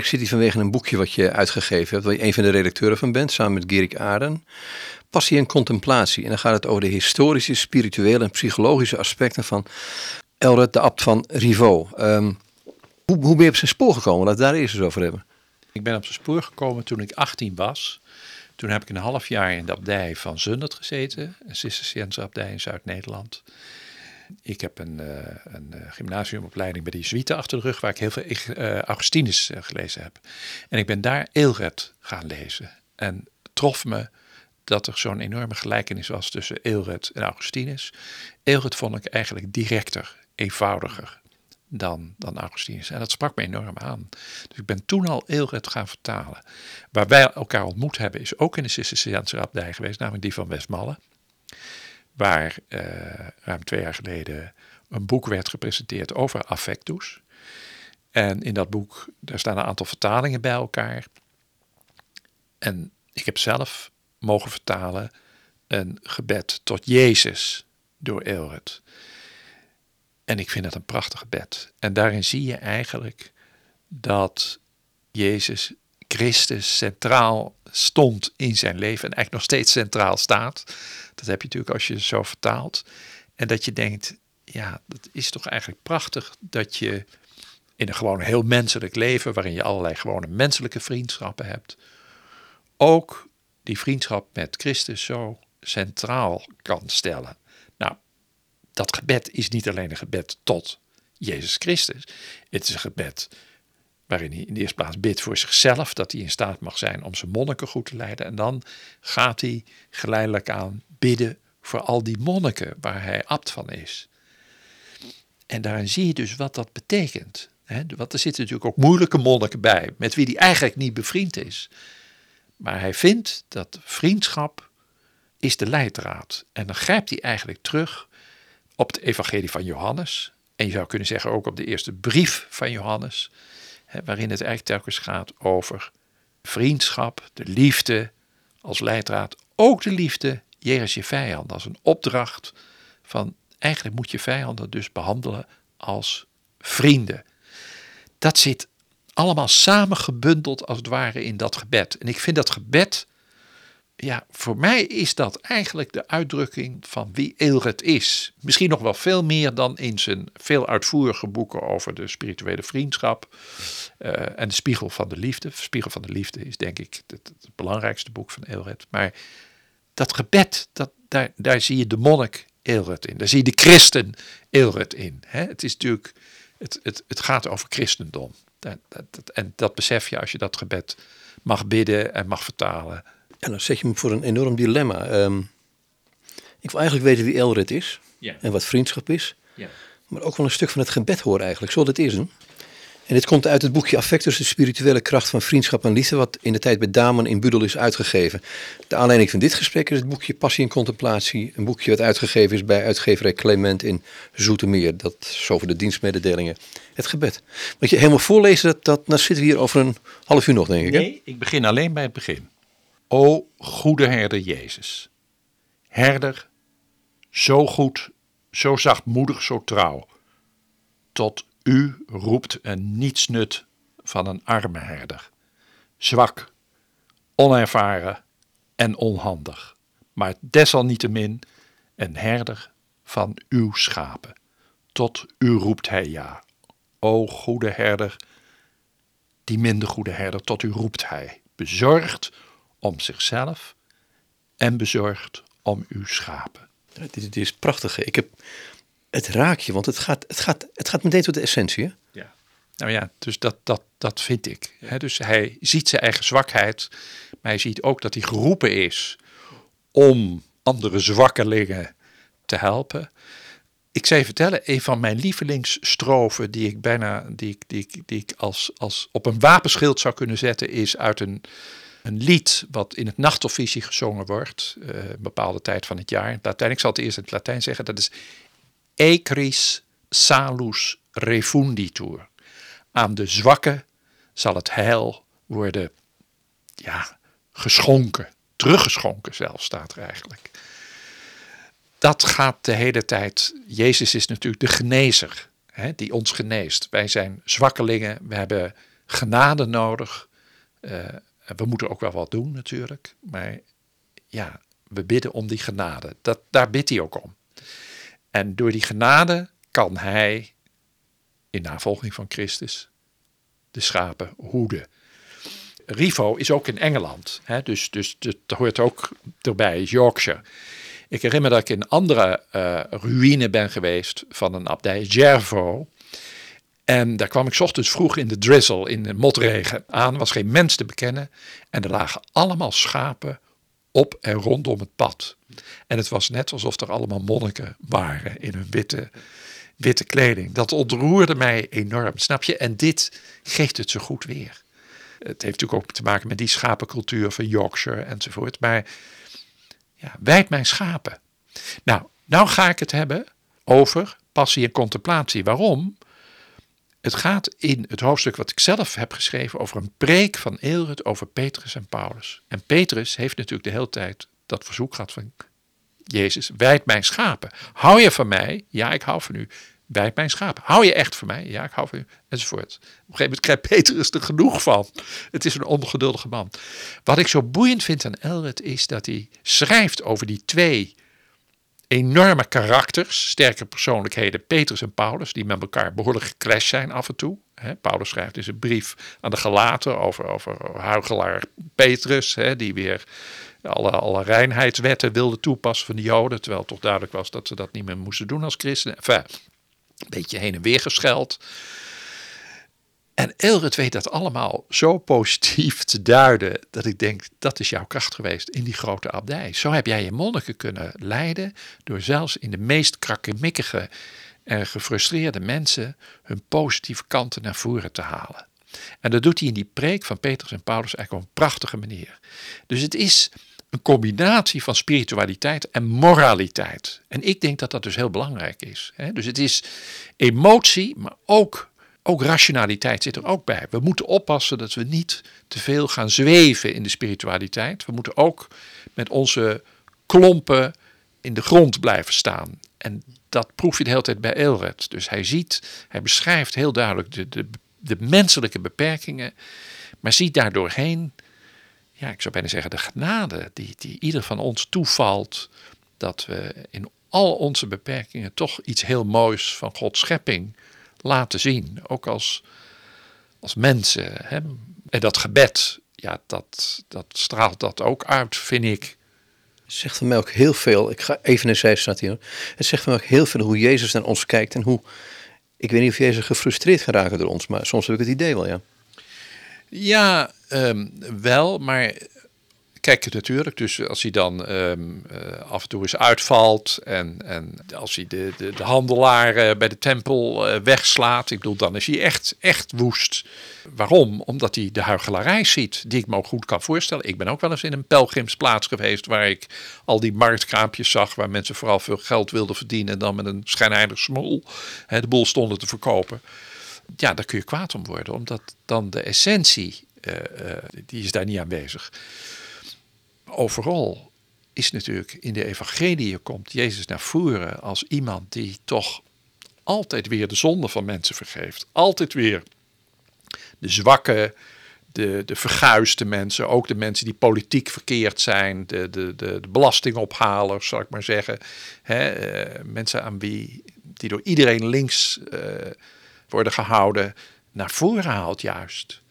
Ik zit hier vanwege een boekje wat je uitgegeven hebt, waar je een van de redacteuren van bent, samen met Gerik Aarden. Passie en contemplatie. En dan gaat het over de historische, spirituele en psychologische aspecten van Elred, de abt van Rivaux. Hoe ben je op zijn spoor gekomen? Laten we het daar eerst eens over hebben. Ik ben op zijn spoor gekomen toen ik 18 was. Toen heb ik een half jaar in de abdij van Zundert gezeten, een Cisterciënzer abdij in Zuid-Nederland. Ik heb een gymnasiumopleiding bij de Jezuïeten achter de rug, waar ik heel veel Augustinus gelezen heb. En ik ben daar Aelred gaan lezen. En het trof me dat er zo'n enorme gelijkenis was tussen Aelred en Augustinus. Aelred vond ik eigenlijk directer, eenvoudiger dan Augustinus. En dat sprak me enorm aan. Dus ik ben toen al Aelred gaan vertalen. Waar wij elkaar ontmoet hebben is ook in de Cisterciënzer abdij geweest, namelijk die van Westmalle. Waar ruim 2 jaar geleden een boek werd gepresenteerd over affectus. En in dat boek, daar staan een aantal vertalingen bij elkaar. En ik heb zelf mogen vertalen een gebed tot Jezus door Aelred. En ik vind dat een prachtig gebed. En daarin zie je eigenlijk dat Jezus Christus centraal stond in zijn leven en eigenlijk nog steeds centraal staat. Dat heb je natuurlijk als je het zo vertaalt. En dat je denkt, ja, dat is toch eigenlijk prachtig dat je in een gewoon heel menselijk leven, waarin je allerlei gewone menselijke vriendschappen hebt, ook die vriendschap met Christus zo centraal kan stellen. Nou, dat gebed is niet alleen een gebed tot Jezus Christus. Het is een gebed waarin hij in de eerste plaats bidt voor zichzelf, dat hij in staat mag zijn om zijn monniken goed te leiden. En dan gaat hij geleidelijk aan bidden voor al die monniken waar hij abt van is. En daarin zie je dus wat dat betekent. Want er zitten natuurlijk ook moeilijke monniken bij, met wie hij eigenlijk niet bevriend is. Maar hij vindt dat vriendschap is de leidraad. En dan grijpt hij eigenlijk terug op het evangelie van Johannes. En je zou kunnen zeggen ook op de eerste brief van Johannes, waarin het eigenlijk telkens gaat over vriendschap, de liefde als leidraad. Ook de liefde jegens je vijanden, als een opdracht van eigenlijk moet je vijanden dus behandelen als vrienden. Dat zit allemaal samengebundeld als het ware in dat gebed. En ik vind dat gebed, ja, voor mij is dat eigenlijk de uitdrukking van wie Aelred is. Misschien nog wel veel meer dan in zijn veel uitvoerige boeken over de spirituele vriendschap en de Spiegel van de Liefde. De Spiegel van de Liefde is denk ik het belangrijkste boek van Aelred. Maar dat gebed, daar zie je de monnik Aelred in. Daar zie je de christen Aelred in. Het is natuurlijk, het gaat over christendom. En dat besef je als je dat gebed mag bidden en mag vertalen. En dan zet je me voor een enorm dilemma. Ik wil eigenlijk weten wie Aelred is. Ja. En wat vriendschap is. Ja. Maar ook wel een stuk van het gebed horen eigenlijk. Zullen we dit eerst doen? En dit komt uit het boekje Affectus, de spirituele kracht van vriendschap en liefde, wat in de tijd bij Damen in Budel is uitgegeven. De aanleiding van dit gesprek is het boekje Passie en Contemplatie. Een boekje wat uitgegeven is bij uitgeverij Clement in Zoetermeer. Dat is over de dienstmededelingen. Het gebed. Moet je helemaal voorlezen, dan zitten we hier over een half uur nog, denk ik. Nee, ik begin alleen bij het begin. O goede herder Jezus, herder, zo goed, zo zachtmoedig, zo trouw. Tot u roept een nietsnut van een arme herder. Zwak, onervaren en onhandig, maar desalniettemin een herder van uw schapen. Tot u roept hij ja. O goede herder, die minder goede herder, tot u roept hij. Bezorgd om zichzelf en bezorgd om uw schapen. Dit is prachtig. Ik heb het raakje, want het gaat meteen tot de essentie. Hè? Ja. Nou ja, dus dat vind ik. Dus hij ziet zijn eigen zwakheid, maar hij ziet ook dat hij geroepen is om andere zwakkelingen te helpen. Ik zou je vertellen, een van mijn lievelingsstrofen die ik als op een wapenschild zou kunnen zetten, is uit een lied wat in het nachtofficie gezongen wordt, een bepaalde tijd van het jaar. In het Latijn, ik zal het eerst in het Latijn zeggen, dat is Ecris salus refunditur. Aan de zwakke zal het heil worden geschonken, teruggeschonken zelfs, staat er eigenlijk. Dat gaat de hele tijd. Jezus is natuurlijk de genezer, die ons geneest. Wij zijn zwakkelingen, we hebben genade nodig. We moeten ook wel wat doen natuurlijk. Maar ja, we bidden om die genade. Daar bidt hij ook om. En door die genade kan hij, in navolging van Christus, de schapen hoeden. Rievaulx is ook in Engeland. Hè? Dus dat hoort ook erbij, Yorkshire. Ik herinner me dat ik in een andere ruïne ben geweest van een abdij, Jervo. En daar kwam ik 's ochtends vroeg in de drizzle, in de motregen aan. Was geen mens te bekennen. En er lagen allemaal schapen op en rondom het pad. En het was net alsof er allemaal monniken waren in hun witte kleding. Dat ontroerde mij enorm, snap je? En dit geeft het zo goed weer. Het heeft natuurlijk ook te maken met die schapencultuur van Yorkshire enzovoort. Maar ja, wijd mijn schapen. Nou ga ik het hebben over passie en contemplatie. Waarom? Het gaat in het hoofdstuk wat ik zelf heb geschreven over een preek van Aelred over Petrus en Paulus. En Petrus heeft natuurlijk de hele tijd dat verzoek gehad van Jezus, wijd mijn schapen. Hou je van mij? Ja, ik hou van u. Wijd mijn schapen. Hou je echt van mij? Ja, ik hou van u. Enzovoort. Op een gegeven moment krijgt Petrus er genoeg van. Het is een ongeduldige man. Wat ik zo boeiend vind aan Aelred is dat hij schrijft over die twee enorme karakters, sterke persoonlijkheden, Petrus en Paulus, die met elkaar behoorlijk geclashed zijn af en toe. Paulus schrijft in zijn brief aan de Galaten over huichelaar Petrus, die weer alle reinheidswetten wilde toepassen van de Joden, terwijl het toch duidelijk was dat ze dat niet meer moesten doen als christenen. Enfin, een beetje heen en weer gescheld. En Aelred weet dat allemaal zo positief te duiden, dat ik denk, dat is jouw kracht geweest in die grote abdij. Zo heb jij je monniken kunnen leiden, door zelfs in de meest krakkemikkige en gefrustreerde mensen hun positieve kanten naar voren te halen. En dat doet hij in die preek van Petrus en Paulus eigenlijk op een prachtige manier. Dus het is een combinatie van spiritualiteit en moraliteit. En ik denk dat dat dus heel belangrijk is. Dus het is emotie, maar ook rationaliteit zit er ook bij. We moeten oppassen dat we niet te veel gaan zweven in de spiritualiteit. We moeten ook met onze klompen in de grond blijven staan. En dat proef je de hele tijd bij Aelred. Dus hij beschrijft heel duidelijk de menselijke beperkingen, maar ziet daardoorheen, ja, ik zou bijna zeggen, de genade die ieder van ons toevalt, dat we in al onze beperkingen toch iets heel moois van Gods schepping laten zien. Ook als mensen. Hè? En dat gebed, ja, dat straalt dat ook uit, vind ik. Het zegt van mij ook heel veel, ik ga even naar zijstraat hier. Het zegt van mij ook heel veel hoe Jezus naar ons kijkt en hoe, ik weet niet of Jezus gefrustreerd gaat raken door ons, maar soms heb ik het idee wel, ja. Ja, wel, maar kijk, natuurlijk, dus als hij dan af en toe eens uitvalt en als hij de handelaar bij de tempel wegslaat, ik bedoel, dan is hij echt woest. Waarom? Omdat hij de huichelarij ziet, die ik me ook goed kan voorstellen. Ik ben ook wel eens in een pelgrimsplaats geweest waar ik al die marktkraampjes zag, waar mensen vooral veel geld wilden verdienen en dan met een schijnheilig smoel de boel stonden te verkopen. Ja, daar kun je kwaad om worden, omdat dan de essentie, die is daar niet aanwezig. Overal is natuurlijk in de evangelie komt Jezus naar voren als iemand die toch altijd weer de zonde van mensen vergeeft. Altijd weer de zwakke, de verguisde mensen, ook de mensen die politiek verkeerd zijn, de belastingophalers, zal ik maar zeggen. Mensen aan die door iedereen links worden gehouden, naar voren haalt juist.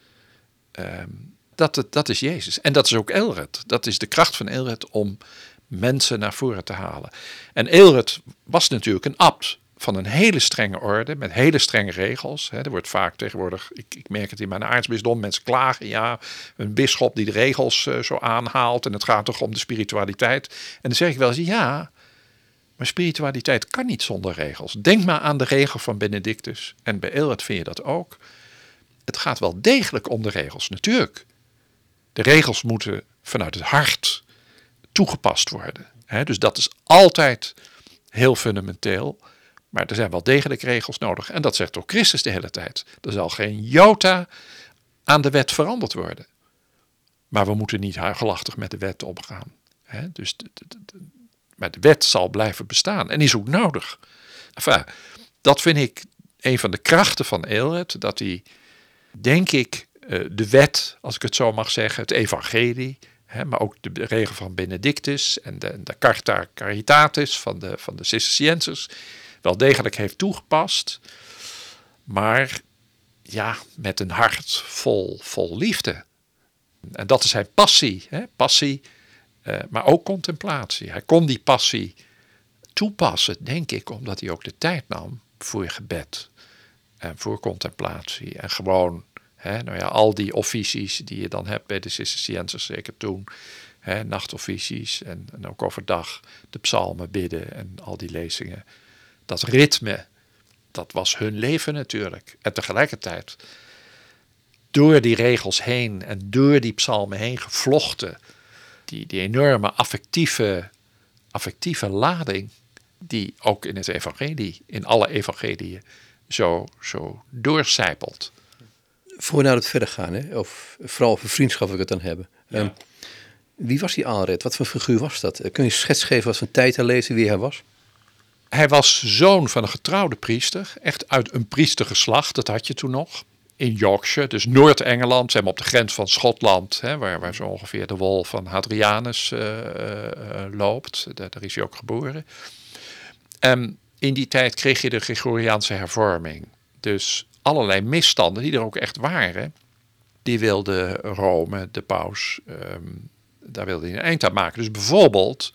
Dat is Jezus. En dat is ook Aelred. Dat is de kracht van Aelred om mensen naar voren te halen. En Aelred was natuurlijk een abt van een hele strenge orde, met hele strenge regels. Er wordt vaak tegenwoordig, ik merk het in mijn aartsbisdom, mensen klagen, ja, een bisschop die de regels zo aanhaalt en het gaat toch om de spiritualiteit. En dan zeg ik wel eens, ja, maar spiritualiteit kan niet zonder regels. Denk maar aan de regel van Benedictus. En bij Aelred vind je dat ook. Het gaat wel degelijk om de regels, natuurlijk. De regels moeten vanuit het hart toegepast worden. Dus dat is altijd heel fundamenteel. Maar er zijn wel degelijk regels nodig. En dat zegt ook Christus de hele tijd. Er zal geen jota aan de wet veranderd worden. Maar we moeten niet huichelachtig met de wet omgaan. Dus maar de wet zal blijven bestaan en is ook nodig. Enfin, dat vind ik een van de krachten van Aelred, dat hij, denk ik, de wet, als ik het zo mag zeggen, het evangelie, maar ook de regel van Benedictus en de Carta Caritatis van de Cisterciënsers wel degelijk heeft toegepast, maar ja, met een hart vol liefde. En dat is zijn passie, passie, maar ook contemplatie. Hij kon die passie toepassen, denk ik, omdat hij ook de tijd nam voor gebed en voor contemplatie en gewoon al die officies die je dan hebt bij de Cisterciënsers, zeker toen. Nachtofficies en ook overdag de psalmen bidden en al die lezingen. Dat ritme, dat was hun leven natuurlijk. En tegelijkertijd, door die regels heen en door die psalmen heen gevlochten, die enorme affectieve lading, die ook in het evangelie, in alle evangeliën, zo doorcijpelt. Voor we naar het verder gaan, of vooral over vriendschap wil ik het dan hebben. Ja. Wie was die Aelred? Wat voor figuur was dat? Kun je schets geven wat voor tijd hij leefde, wie hij was? Hij was zoon van een getrouwde priester, echt uit een priestergeslacht, dat had je toen nog. In Yorkshire, dus Noord-Engeland, zeg maar op de grens van Schotland, waar zo ongeveer de wol van Hadrianus loopt. Daar is hij ook geboren. En in die tijd kreeg je de Gregoriaanse hervorming. Dus allerlei misstanden, die er ook echt waren, die wilde Rome, de paus, daar wilde hij een eind aan maken. Dus bijvoorbeeld,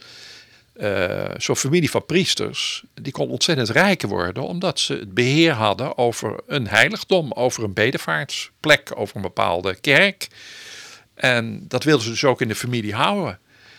zo'n familie van priesters, die kon ontzettend rijk worden, omdat ze het beheer hadden over een heiligdom, over een bedevaartsplek, over een bepaalde kerk. En dat wilden ze dus ook in de familie houden.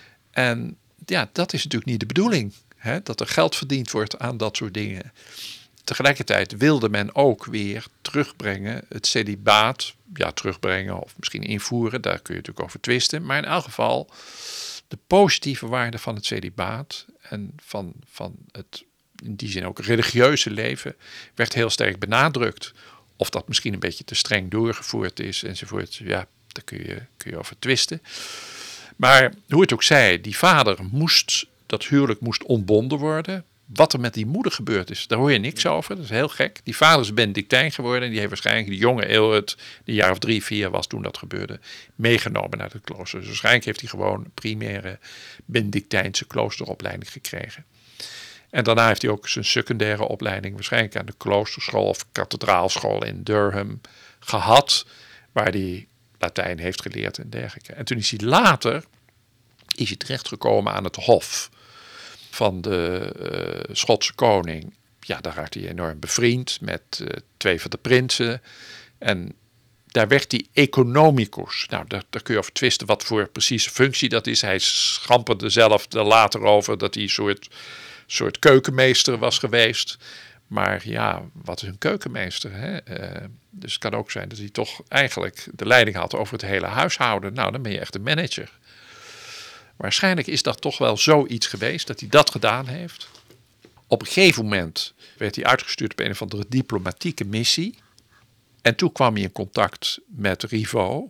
En ja, dat is natuurlijk niet de bedoeling, dat er geld verdiend wordt aan dat soort dingen. Tegelijkertijd wilde men ook weer terugbrengen, het celibaat, terugbrengen of misschien invoeren, daar kun je natuurlijk over twisten. Maar in elk geval de positieve waarde van het celibaat en van het in die zin ook religieuze leven werd heel sterk benadrukt. Of dat misschien een beetje te streng doorgevoerd is enzovoort, ja, daar kun je over twisten. Maar hoe het ook zij, die vader dat huwelijk moest ontbonden worden. Wat er met die moeder gebeurd is, daar hoor je niks over. Dat is heel gek. Die vader is Benedictijn geworden. En die heeft waarschijnlijk de jonge Aelred, die een jaar of 3, 4 was toen dat gebeurde, meegenomen naar het klooster. Dus waarschijnlijk heeft hij gewoon een primaire Benedictijnse kloosteropleiding gekregen. En daarna heeft hij ook zijn secundaire opleiding waarschijnlijk aan de kloosterschool of kathedraalschool in Durham gehad, waar hij Latijn heeft geleerd en dergelijke. En toen is hij later terechtgekomen aan het hof van de Schotse koning. Ja, daar raakte hij enorm bevriend met 2 van de prinsen. En daar werd hij economicus. Nou, daar kun je over twisten wat voor precieze functie dat is. Hij schamperde zelf er later over dat hij een soort keukenmeester was geweest. Maar ja, wat is een keukenmeester? Dus het kan ook zijn dat hij toch eigenlijk de leiding had over het hele huishouden. Nou, dan ben je echt een manager. Waarschijnlijk is dat toch wel zoiets geweest dat hij dat gedaan heeft. Op een gegeven moment werd hij uitgestuurd op een of andere diplomatieke missie. En toen kwam hij in contact met Rivaux.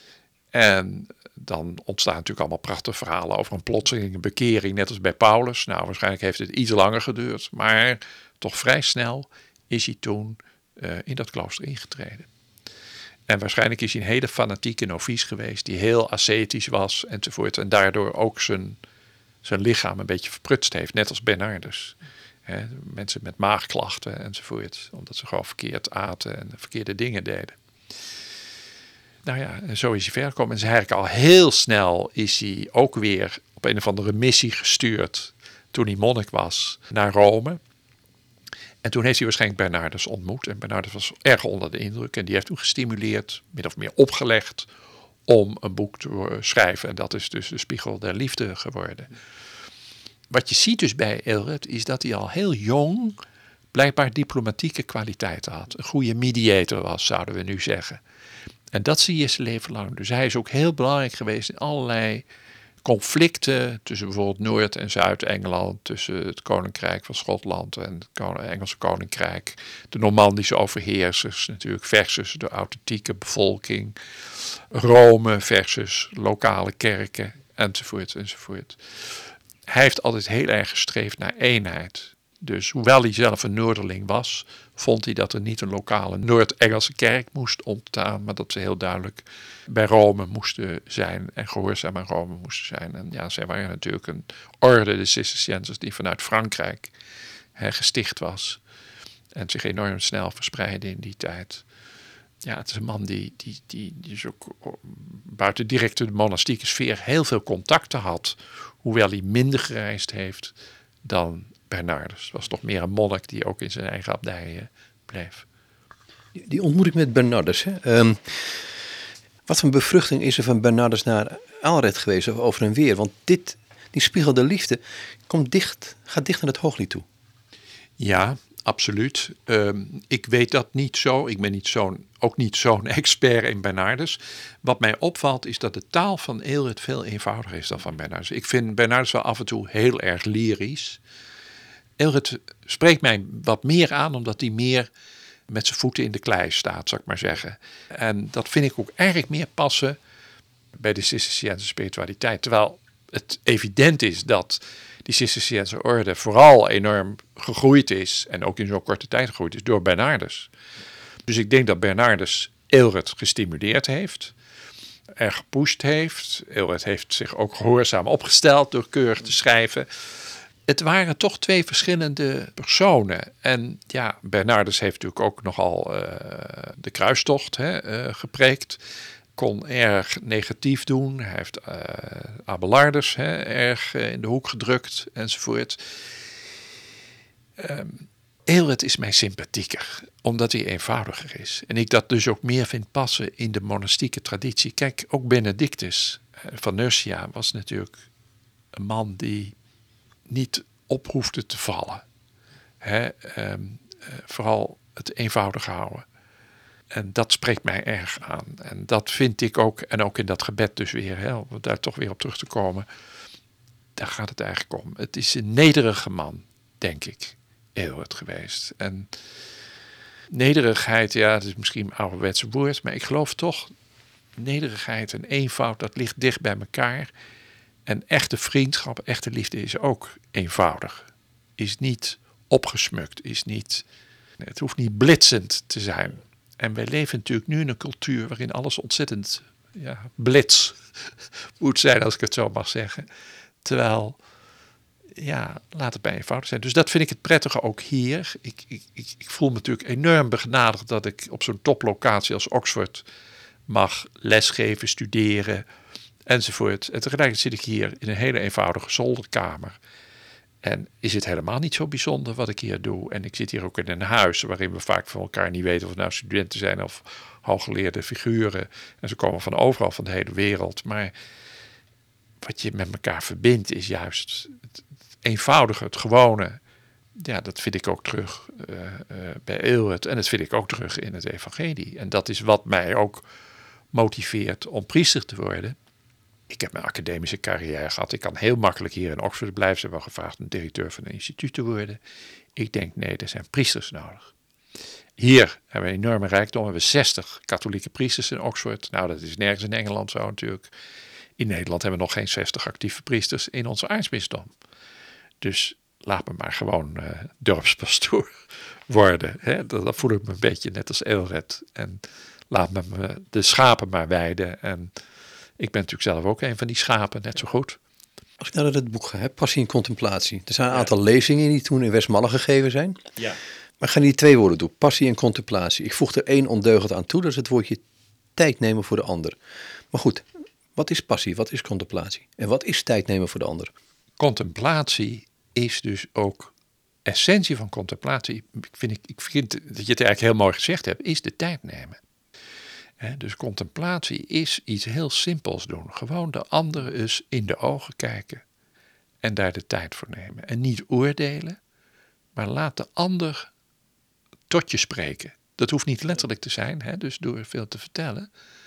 En dan ontstaan natuurlijk allemaal prachtige verhalen over een plotselinge bekering, net als bij Paulus. Nou, waarschijnlijk heeft het iets langer geduurd, maar toch vrij snel is hij toen in dat klooster ingetreden. En waarschijnlijk is hij een hele fanatieke novice geweest, die heel ascetisch was enzovoort. En daardoor ook zijn lichaam een beetje verprutst heeft, net als Bernardus. Mensen met maagklachten enzovoort, omdat ze gewoon verkeerd aten en verkeerde dingen deden. Nou ja, en zo is hij verder gekomen. En is eigenlijk al heel snel is hij ook weer op een of andere missie gestuurd, toen hij monnik was, naar Rome. En toen heeft hij waarschijnlijk Bernardus ontmoet. En Bernardus was erg onder de indruk. En die heeft toen gestimuleerd, min of meer opgelegd, om een boek te schrijven. En dat is dus de Spiegel der Liefde geworden. Wat je ziet dus bij Aelred is dat hij al heel jong blijkbaar diplomatieke kwaliteiten had. Een goede mediator was, zouden we nu zeggen. En dat zie je zijn leven lang. Dus hij is ook heel belangrijk geweest in allerlei conflicten tussen bijvoorbeeld Noord- en Zuid-Engeland, tussen het Koninkrijk van Schotland en het Engelse Koninkrijk, de Normandische overheersers natuurlijk versus de authentieke bevolking, Rome versus lokale kerken, enzovoort, enzovoort. Hij heeft altijd heel erg gestreefd naar eenheid. Dus hoewel hij zelf een Noorderling was, vond hij dat er niet een lokale Noord-Engelse kerk moest ontstaan, maar dat ze heel duidelijk bij Rome moesten zijn en gehoorzaam aan Rome moesten zijn. En ja, zij waren natuurlijk een orde, de Cisterciënsers, die vanuit Frankrijk gesticht was en zich enorm snel verspreidde in die tijd. Ja, het is een man die dus ook buiten directe de monastieke sfeer heel veel contacten had, hoewel hij minder gereisd heeft dan Bernardus. Het was toch meer een monnik die ook in zijn eigen abdij bleef. Die ontmoeting met Bernardus. Hè? Wat voor bevruchting is er van Bernardus naar Aelred geweest, over en weer? Want die spiegelde liefde gaat dicht naar het Hooglied toe. Ja, absoluut. Ik weet dat niet zo. Ik ben ook niet zo'n expert in Bernardus. Wat mij opvalt is dat de taal van Aelred veel eenvoudiger is dan van Bernardus. Ik vind Bernardus wel af en toe heel erg lyrisch. Aelred spreekt mij wat meer aan, omdat hij meer met zijn voeten in de klei staat, zou ik maar zeggen. En dat vind ik ook eigenlijk meer passen bij de Cisterciënse spiritualiteit. Terwijl het evident is dat die Cisterciënse orde vooral enorm gegroeid is, en ook in zo'n korte tijd gegroeid is, door Bernardus. Dus ik denk dat Bernardus Aelred gestimuleerd heeft, erg gepusht heeft. Aelred heeft zich ook gehoorzaam opgesteld door keurig te schrijven. Het waren toch twee verschillende personen. En ja, Bernardus heeft natuurlijk ook nogal de kruistocht gepreekt. Kon erg negatief doen. Hij heeft Abelardus erg in de hoek gedrukt enzovoort. Aelred is mij sympathieker, omdat hij eenvoudiger is. En ik dat dus ook meer vind passen in de monastieke traditie. Kijk, ook Benedictus van Nursia was natuurlijk een man die niet op hoefde te vallen. Vooral het eenvoudig houden. En dat spreekt mij erg aan. En dat vind ik ook, en ook in dat gebed dus weer, om daar toch weer op terug te komen. Daar gaat het eigenlijk om. Het is een nederige man, denk ik, Aelred geweest. En nederigheid, ja, dat is misschien een ouderwetse woord, maar ik geloof toch, nederigheid en eenvoud, dat ligt dicht bij elkaar. En echte vriendschap, echte liefde is ook eenvoudig. Is niet opgesmukt, het hoeft niet blitsend te zijn. En wij leven natuurlijk nu in een cultuur waarin alles ontzettend blits moet zijn, als ik het zo mag zeggen. Terwijl, laat het bij eenvoudig zijn. Dus dat vind ik het prettige ook hier. Ik voel me natuurlijk enorm begenadigd dat ik op zo'n toplocatie als Oxford mag lesgeven, studeren enzovoort. En tegelijkertijd zit ik hier in een hele eenvoudige zolderkamer. En is het helemaal niet zo bijzonder wat ik hier doe. En ik zit hier ook in een huis waarin we vaak van elkaar niet weten of het nou studenten zijn of hooggeleerde figuren. En ze komen van overal van de hele wereld. Maar wat je met elkaar verbindt is juist het eenvoudige, het gewone. Ja, dat vind ik ook terug bij Aelred. En dat vind ik ook terug in het evangelie. En dat is wat mij ook motiveert om priester te worden. Ik heb mijn academische carrière gehad. Ik kan heel makkelijk hier in Oxford blijven. Ze hebben gevraagd om directeur van een instituut te worden. Ik denk, nee, er zijn priesters nodig. Hier hebben we een enorme rijkdom. We hebben 60 katholieke priesters in Oxford. Nou, dat is nergens in Engeland zo natuurlijk. In Nederland hebben we nog geen 60 actieve priesters in ons aartsbisdom. Dus laat me maar gewoon dorpspastoor worden. Hè? Dan voel ik me een beetje net als Aelred. En laat me de schapen maar weiden. En ik ben natuurlijk zelf ook een van die schapen, net zo goed. Als ik naar het boek ga, Passie en Contemplatie. Er zijn een aantal lezingen die toen in Westmalle gegeven zijn. Ja. Maar ik ga die 2 woorden doen, passie en contemplatie. Ik voeg er 1 ondeugend aan toe, dat is het woordje tijd nemen voor de ander. Maar goed, wat is passie, wat is contemplatie? En wat is tijd nemen voor de ander? Contemplatie is dus ook essentie van contemplatie. Ik vind dat je het eigenlijk heel mooi gezegd hebt, is de tijd nemen. Dus contemplatie is iets heel simpels doen. Gewoon de ander eens in de ogen kijken en daar de tijd voor nemen. En niet oordelen, maar laat de ander tot je spreken. Dat hoeft niet letterlijk te zijn, dus door veel te vertellen.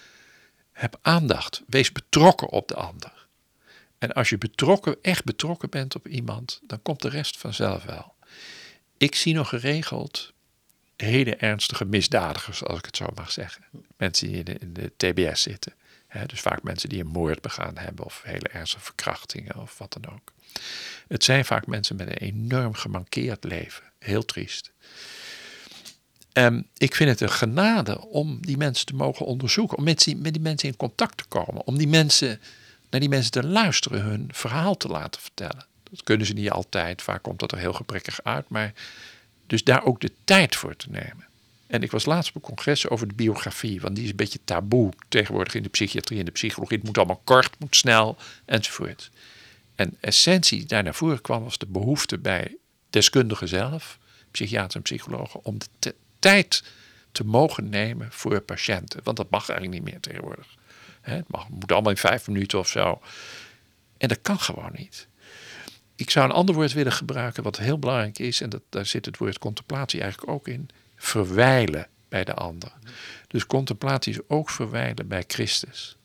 Heb aandacht, wees betrokken op de ander. En als je echt betrokken bent op iemand, dan komt de rest vanzelf wel. Ik zie nog geregeld hele ernstige misdadigers, als ik het zo mag zeggen. Mensen die in de TBS zitten. Dus vaak mensen die een moord begaan hebben of hele ernstige verkrachtingen of wat dan ook. Het zijn vaak mensen met een enorm gemankeerd leven. Heel triest. Ik vind het een genade om die mensen te mogen onderzoeken. Om met die mensen in contact te komen. Om naar die mensen te luisteren. Hun verhaal te laten vertellen. Dat kunnen ze niet altijd. Vaak komt dat er heel gebrekkig uit. Maar dus daar ook de tijd voor te nemen. En ik was laatst op een congres over de biografie. Want die is een beetje taboe tegenwoordig in de psychiatrie en de psychologie. Het moet allemaal kort, het moet snel enzovoort. En essentie die daar naar voren kwam was de behoefte bij deskundigen zelf, psychiaters en psychologen, om de tijd te mogen nemen voor patiënten. Want dat mag eigenlijk niet meer tegenwoordig. Het moet allemaal in 5 minuten of zo. En dat kan gewoon niet. Ik zou een ander woord willen gebruiken wat heel belangrijk is. En daar zit het woord contemplatie eigenlijk ook in. Verwijlen bij de ander. Dus contemplatie is ook verwijlen bij Christus.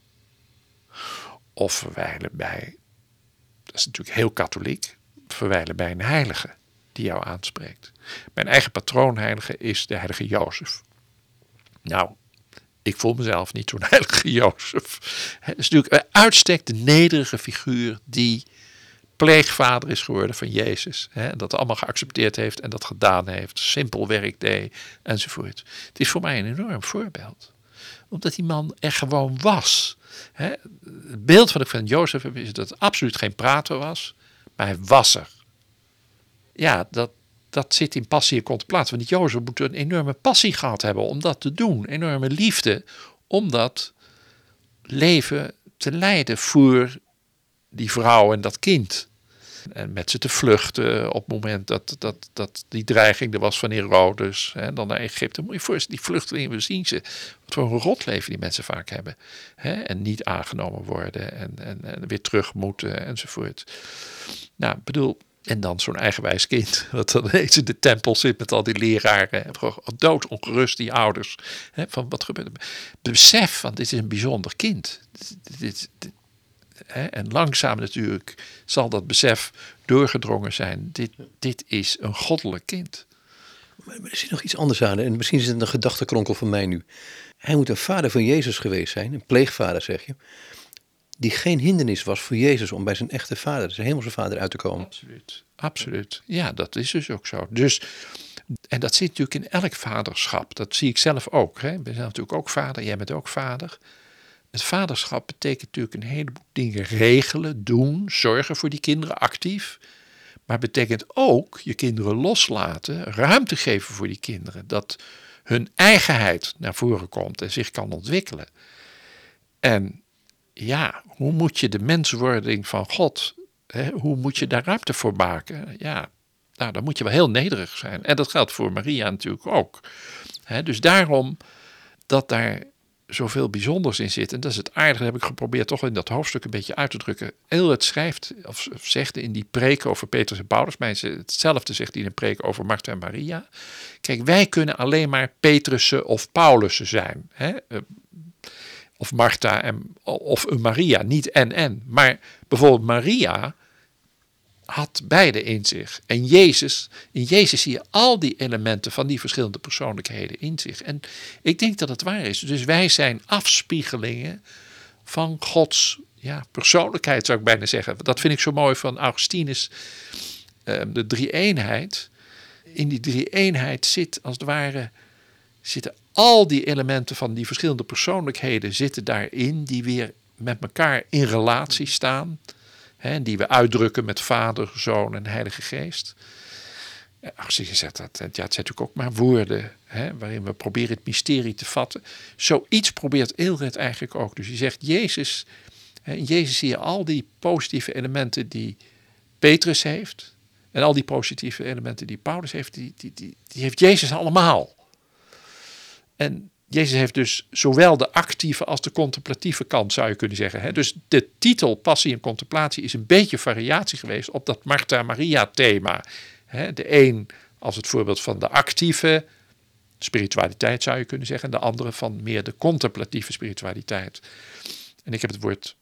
Of verwijlen bij, dat is natuurlijk heel katholiek, verwijlen bij een heilige die jou aanspreekt. Mijn eigen patroonheilige is de heilige Jozef. Nou, ik voel mezelf niet zo'n heilige Jozef. Het is natuurlijk een uitstek de nederige figuur die pleegvader is geworden van Jezus. Dat allemaal geaccepteerd heeft en dat gedaan heeft. Simpel werk deed enzovoort. Het is voor mij een enorm voorbeeld. Omdat die man er gewoon was. Het beeld wat ik van Jozef heb is dat het absoluut geen prater was. Maar hij was er. Ja, dat zit in passie en contemplatie. Want die Jozef moet een enorme passie gehad hebben om dat te doen. Enorme liefde om dat leven te leiden voor die vrouw en dat kind. En met ze te vluchten op het moment dat die dreiging er was van Herodes. Dan naar Egypte. Moet je voorstellen, die vluchtelingen, we zien ze. Wat voor een rotleven die mensen vaak hebben. En niet aangenomen worden. En weer terug moeten enzovoort. Nou, bedoel. En dan zo'n eigenwijs kind. Dat dan ineens in de tempel zit met al die leraren. Doodongerust die ouders. Van wat gebeurt er? Besef, van dit is een bijzonder kind. En langzaam natuurlijk zal dat besef doorgedrongen zijn. Dit is een goddelijk kind. Maar er zit nog iets anders aan. En misschien is het een gedachtenkronkel van mij nu. Hij moet een vader van Jezus geweest zijn. Een pleegvader zeg je. Die geen hindernis was voor Jezus om bij zijn echte vader, zijn hemelse vader, uit te komen. Absoluut. Absoluut. Ja, dat is dus ook zo. Dus, en dat zit natuurlijk in elk vaderschap. Dat zie ik zelf ook. Ik ben natuurlijk ook vader. Jij bent ook vader. Het vaderschap betekent natuurlijk een heleboel dingen regelen, doen, zorgen voor die kinderen actief. Maar betekent ook je kinderen loslaten, ruimte geven voor die kinderen. Dat hun eigenheid naar voren komt en zich kan ontwikkelen. En ja, hoe moet je de menswording van God, hoe moet je daar ruimte voor maken? Ja, nou, dan moet je wel heel nederig zijn. En dat geldt voor Maria natuurlijk ook. Dus daarom dat daar zoveel bijzonders in zit. En dat is het aardige, dat heb ik geprobeerd toch in dat hoofdstuk een beetje uit te drukken. Elred schrijft, of zegt in die preek over Petrus en Paulus, maar hetzelfde zegt hij in een preek over Martha en Maria. Kijk, wij kunnen alleen maar Petrussen of Paulussen zijn. Of Martha of een Maria, niet en. Maar bijvoorbeeld Maria had beide in zich. En in Jezus zie je al die elementen van die verschillende persoonlijkheden in zich. En ik denk dat het waar is. Dus wij zijn afspiegelingen van Gods persoonlijkheid, zou ik bijna zeggen. Dat vind ik zo mooi van Augustinus, de drie-eenheid. In die drie-eenheid zit als het ware, zitten al die elementen van die verschillende persoonlijkheden zitten daarin, die weer met elkaar in relatie staan. Die we uitdrukken met Vader, Zoon en Heilige Geest. Augustinus zegt dat, het zijn natuurlijk ook maar woorden, waarin we proberen het mysterie te vatten. Zoiets probeert Elred eigenlijk ook. Dus je zegt Jezus, in Jezus zie je al die positieve elementen die Petrus heeft. En al die positieve elementen die Paulus heeft, die heeft Jezus allemaal. En Jezus heeft dus zowel de actieve als de contemplatieve kant, zou je kunnen zeggen. Dus de titel Passie en Contemplatie is een beetje variatie geweest op dat Martha-Maria thema. De een als het voorbeeld van de actieve spiritualiteit, zou je kunnen zeggen. En de andere van meer de contemplatieve spiritualiteit. En ik heb het woord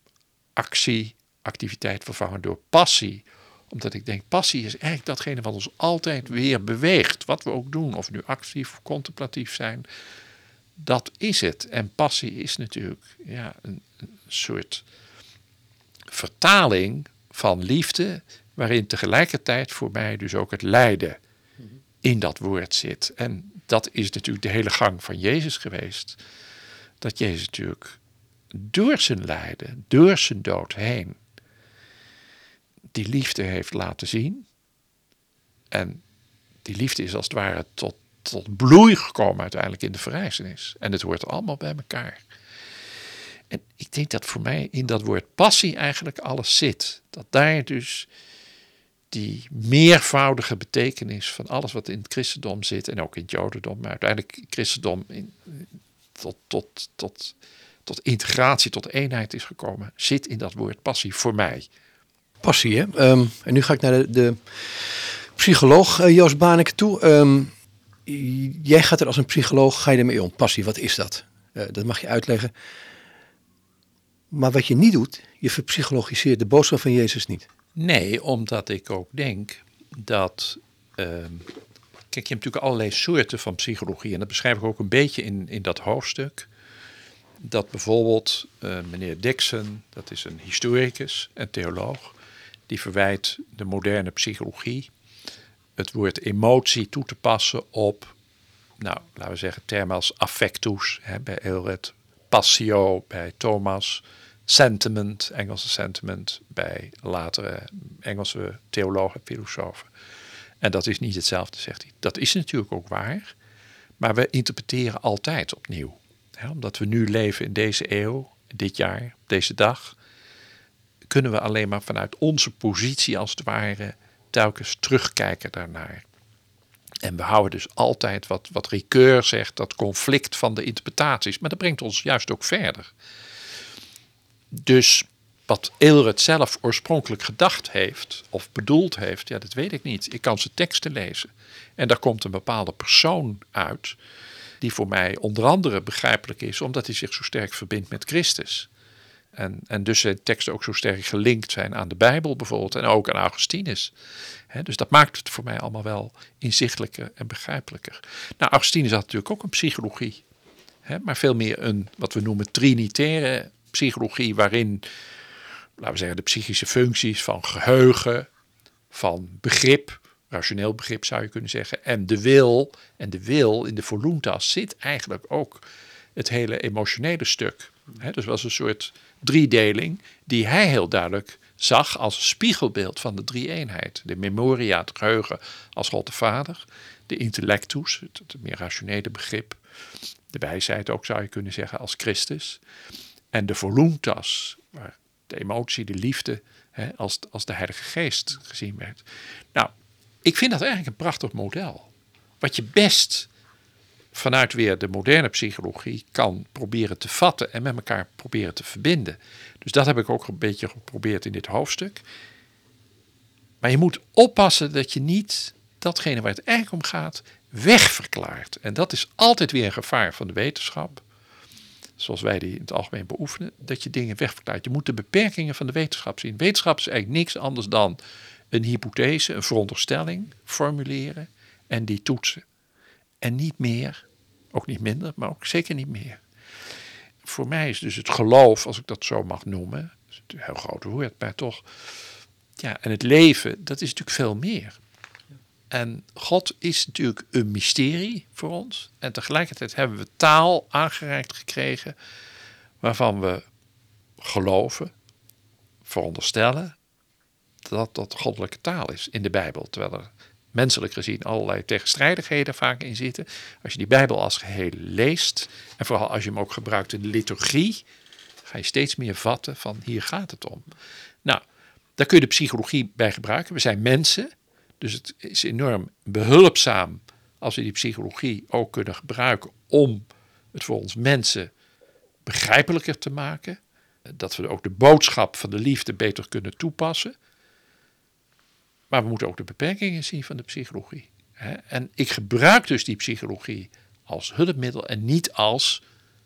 activiteit vervangen door passie. Omdat ik denk, passie is eigenlijk datgene wat ons altijd weer beweegt. Wat we ook doen, of we nu actief of contemplatief zijn. Dat is het. En passie is natuurlijk een soort vertaling van liefde, waarin tegelijkertijd voor mij dus ook het lijden in dat woord zit. En dat is natuurlijk de hele gang van Jezus geweest. Dat Jezus natuurlijk door zijn lijden, door zijn dood heen, die liefde heeft laten zien. En die liefde is als het ware tot bloei gekomen uiteindelijk in de verrijzenis. En het hoort allemaal bij elkaar. En ik denk dat voor mij in dat woord passie eigenlijk alles zit. Dat daar dus die meervoudige betekenis van alles wat in het christendom zit en ook in het jodendom, maar uiteindelijk het christendom tot integratie, tot eenheid is gekomen, zit in dat woord passie voor mij. Passie, hè? En nu ga ik naar de psycholoog Joost Baaneke toe. Jij gaat er als een psycholoog, ga je ermee om? Passie, wat is dat? Dat mag je uitleggen. Maar wat je niet doet, je verpsychologiseert de boodschap van Jezus niet. Nee, omdat ik ook denk dat... kijk, je hebt natuurlijk allerlei soorten van psychologie. En dat beschrijf ik ook een beetje in dat hoofdstuk. Dat bijvoorbeeld meneer Dixon, dat is een historicus en theoloog, die verwijt de moderne psychologie het woord emotie toe te passen op, nou, laten we zeggen, termen als affectus, bij Eilred, passio bij Thomas, sentiment, Engelse sentiment bij latere Engelse theologen en filosofen. En dat is niet hetzelfde, zegt hij. Dat is natuurlijk ook waar, maar we interpreteren altijd opnieuw. Omdat we nu leven in deze eeuw, dit jaar, deze dag, kunnen we alleen maar vanuit onze positie als het ware telkens terugkijken daarnaar. En we houden dus altijd wat Ricoeur zegt, dat conflict van de interpretaties. Maar dat brengt ons juist ook verder. Dus wat Eilred zelf oorspronkelijk gedacht heeft of bedoeld heeft, ja, dat weet ik niet. Ik kan zijn teksten lezen. En daar komt een bepaalde persoon uit die voor mij onder andere begrijpelijk is, omdat hij zich zo sterk verbindt met Christus. En dus zijn teksten ook zo sterk gelinkt zijn aan de Bijbel bijvoorbeeld en ook aan Augustinus. Dus dat maakt het voor mij allemaal wel inzichtelijker en begrijpelijker. Nou, Augustinus had natuurlijk ook een psychologie, maar veel meer een wat we noemen trinitaire psychologie, waarin, laten we zeggen, de psychische functies van geheugen, van begrip, rationeel begrip zou je kunnen zeggen, en de wil in de voluntas zit eigenlijk ook het hele emotionele stuk. Dus was een soort driedeling die hij heel duidelijk zag als een spiegelbeeld van de drie-eenheid. De memoria, het geheugen als God de Vader, de intellectus, het meer rationele begrip, de wijsheid ook zou je kunnen zeggen als Christus, en de voluntas, waar de emotie, de liefde, als de Heilige Geest gezien werd. Nou, ik vind dat eigenlijk een prachtig model. Wat je best vanuit weer de moderne psychologie kan proberen te vatten en met elkaar proberen te verbinden. Dus dat heb ik ook een beetje geprobeerd in dit hoofdstuk. Maar je moet oppassen dat je niet datgene waar het eigenlijk om gaat wegverklaart. En dat is altijd weer een gevaar van de wetenschap, zoals wij die in het algemeen beoefenen, dat je dingen wegverklaart. Je moet de beperkingen van de wetenschap zien. Wetenschap is eigenlijk niks anders dan een hypothese, een veronderstelling formuleren en die toetsen. En niet meer, ook niet minder, maar ook zeker niet meer. Voor mij is dus het geloof, als ik dat zo mag noemen, dat is een heel groot woord, maar toch, ja, en het leven, dat is natuurlijk veel meer. En God is natuurlijk een mysterie voor ons. En tegelijkertijd hebben we taal aangereikt gekregen waarvan we geloven, veronderstellen dat dat goddelijke taal is in de Bijbel. Terwijl er menselijk gezien allerlei tegenstrijdigheden vaak in zitten. Als je die Bijbel als geheel leest, en vooral als je hem ook gebruikt in de liturgie, ga je steeds meer vatten van hier gaat het om. Nou, daar kun je de psychologie bij gebruiken. We zijn mensen, dus het is enorm behulpzaam als we die psychologie ook kunnen gebruiken om het voor ons mensen begrijpelijker te maken. Dat we ook de boodschap van de liefde beter kunnen toepassen. Maar we moeten ook de beperkingen zien van de psychologie. En ik gebruik dus die psychologie als hulpmiddel en niet als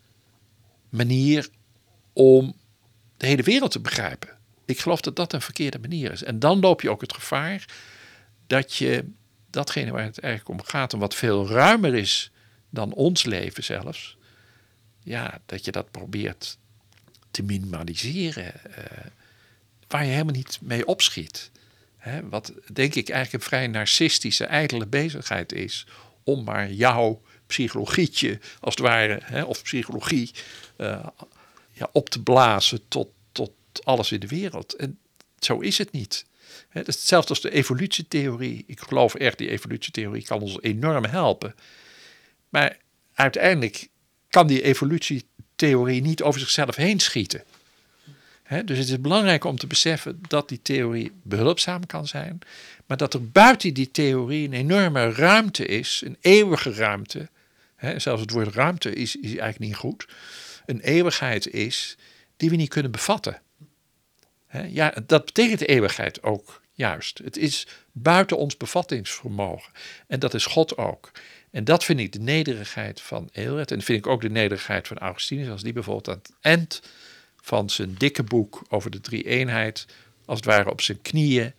manier om de hele wereld te begrijpen. Ik geloof dat dat een verkeerde manier is. En dan loop je ook het gevaar dat je datgene waar het eigenlijk om gaat en wat veel ruimer is dan ons leven zelfs, ja, dat je dat probeert te minimaliseren, waar je helemaal niet mee opschiet. Wat denk ik eigenlijk een vrij narcistische, ijdele bezigheid is, om maar jouw psychologietje, als het ware, of psychologie, op te blazen tot alles in de wereld. En zo is het niet. Dat is hetzelfde als de evolutietheorie. Ik geloof echt, die evolutietheorie kan ons enorm helpen. Maar uiteindelijk kan die evolutietheorie niet over zichzelf heen schieten. Dus het is belangrijk om te beseffen dat die theorie behulpzaam kan zijn, maar dat er buiten die theorie een enorme ruimte is, een eeuwige ruimte. Zelfs het woord ruimte is eigenlijk niet goed. Een eeuwigheid is die we niet kunnen bevatten. Ja, dat betekent de eeuwigheid ook juist. Het is buiten ons bevattingsvermogen. En dat is God ook. En dat vind ik de nederigheid van Aelred. En vind ik ook de nederigheid van Augustinus, als die bijvoorbeeld aan het eind van zijn dikke boek over de drie-eenheid, als het ware op zijn knieën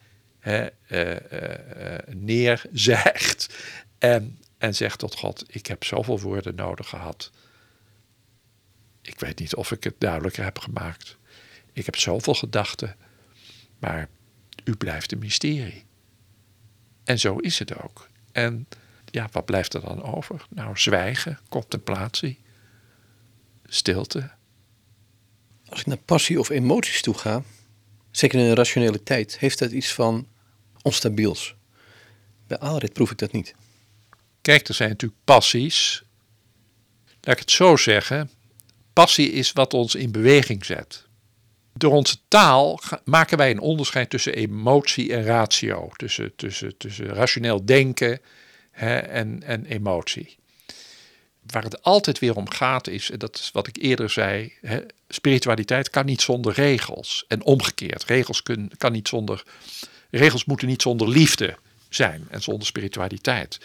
neerzijgt en zegt tot God: ik heb zoveel woorden nodig gehad. Ik weet niet of ik het duidelijker heb gemaakt. Ik heb zoveel gedachten, maar u blijft een mysterie. En zo is het ook. En ja, wat blijft er dan over? Nou, zwijgen, contemplatie, stilte. Als ik naar passie of emoties toe ga, zeker in een rationele tijd, heeft dat iets van onstabiels. Bij Aelred proef ik dat niet. Kijk, er zijn natuurlijk passies. Laat ik het zo zeggen. Passie is wat ons in beweging zet. Door onze taal maken wij een onderscheid tussen emotie en ratio. Tussen rationeel denken en emotie. Waar het altijd weer om gaat is, en dat is wat ik eerder zei, spiritualiteit kan niet zonder regels. En omgekeerd, regels moeten niet zonder liefde zijn en zonder spiritualiteit.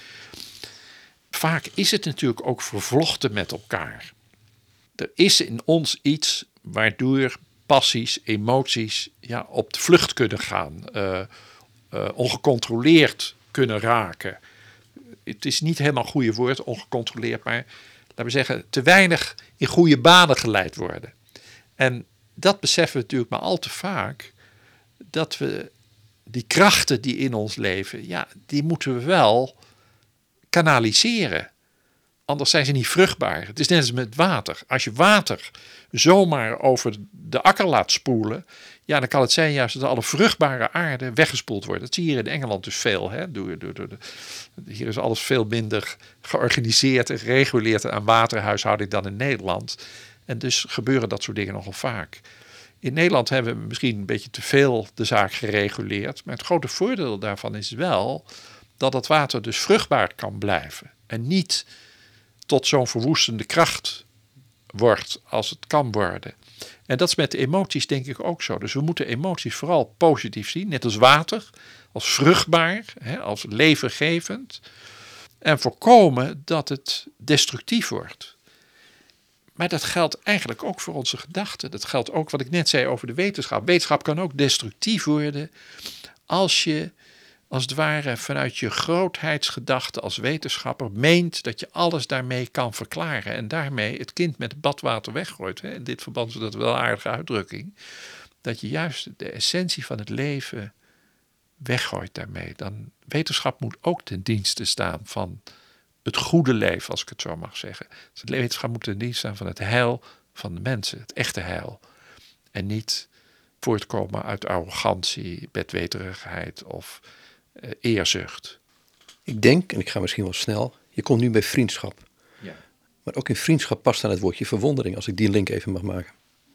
Vaak is het natuurlijk ook vervlochten met elkaar. Er is in ons iets waardoor passies, emoties op de vlucht kunnen gaan, ongecontroleerd kunnen raken. Het is niet helemaal een goede woord, ongecontroleerd, maar laten we zeggen, te weinig in goede banen geleid worden. En dat beseffen we natuurlijk maar al te vaak, dat we die krachten die in ons leven, die moeten we wel kanaliseren. Anders zijn ze niet vruchtbaar. Het is net als met water. Als je water zomaar over de akker laat spoelen, dan kan het zijn juist dat alle vruchtbare aarde weggespoeld wordt. Dat zie je hier in Engeland dus veel. Hier is alles veel minder georganiseerd en gereguleerd aan waterhuishouding dan in Nederland. En dus gebeuren dat soort dingen nogal vaak. In Nederland hebben we misschien een beetje te veel de zaak gereguleerd. Maar het grote voordeel daarvan is wel dat het water dus vruchtbaar kan blijven. En niet tot zo'n verwoestende kracht wordt als het kan worden. En dat is met de emoties denk ik ook zo. Dus we moeten emoties vooral positief zien. Net als water, als vruchtbaar, als levengevend. En voorkomen dat het destructief wordt. Maar dat geldt eigenlijk ook voor onze gedachten. Dat geldt ook wat ik net zei over de wetenschap. Wetenschap kan ook destructief worden als je, als het ware, vanuit je grootheidsgedachte als wetenschapper meent dat je alles daarmee kan verklaren. En daarmee het kind met het badwater weggooit. In dit verband is dat wel een aardige uitdrukking. Dat je juist de essentie van het leven weggooit daarmee. Dan wetenschap moet ook ten dienste staan van het goede leven, als ik het zo mag zeggen. Dus de wetenschap moet ten dienste staan van het heil van de mensen. Het echte heil. En niet voortkomen uit arrogantie, bedweterigheid of eerzucht. Ik denk, en ik ga misschien wel snel, je komt nu bij vriendschap. Ja. Maar ook in vriendschap past aan het woordje verwondering, als ik die link even mag maken.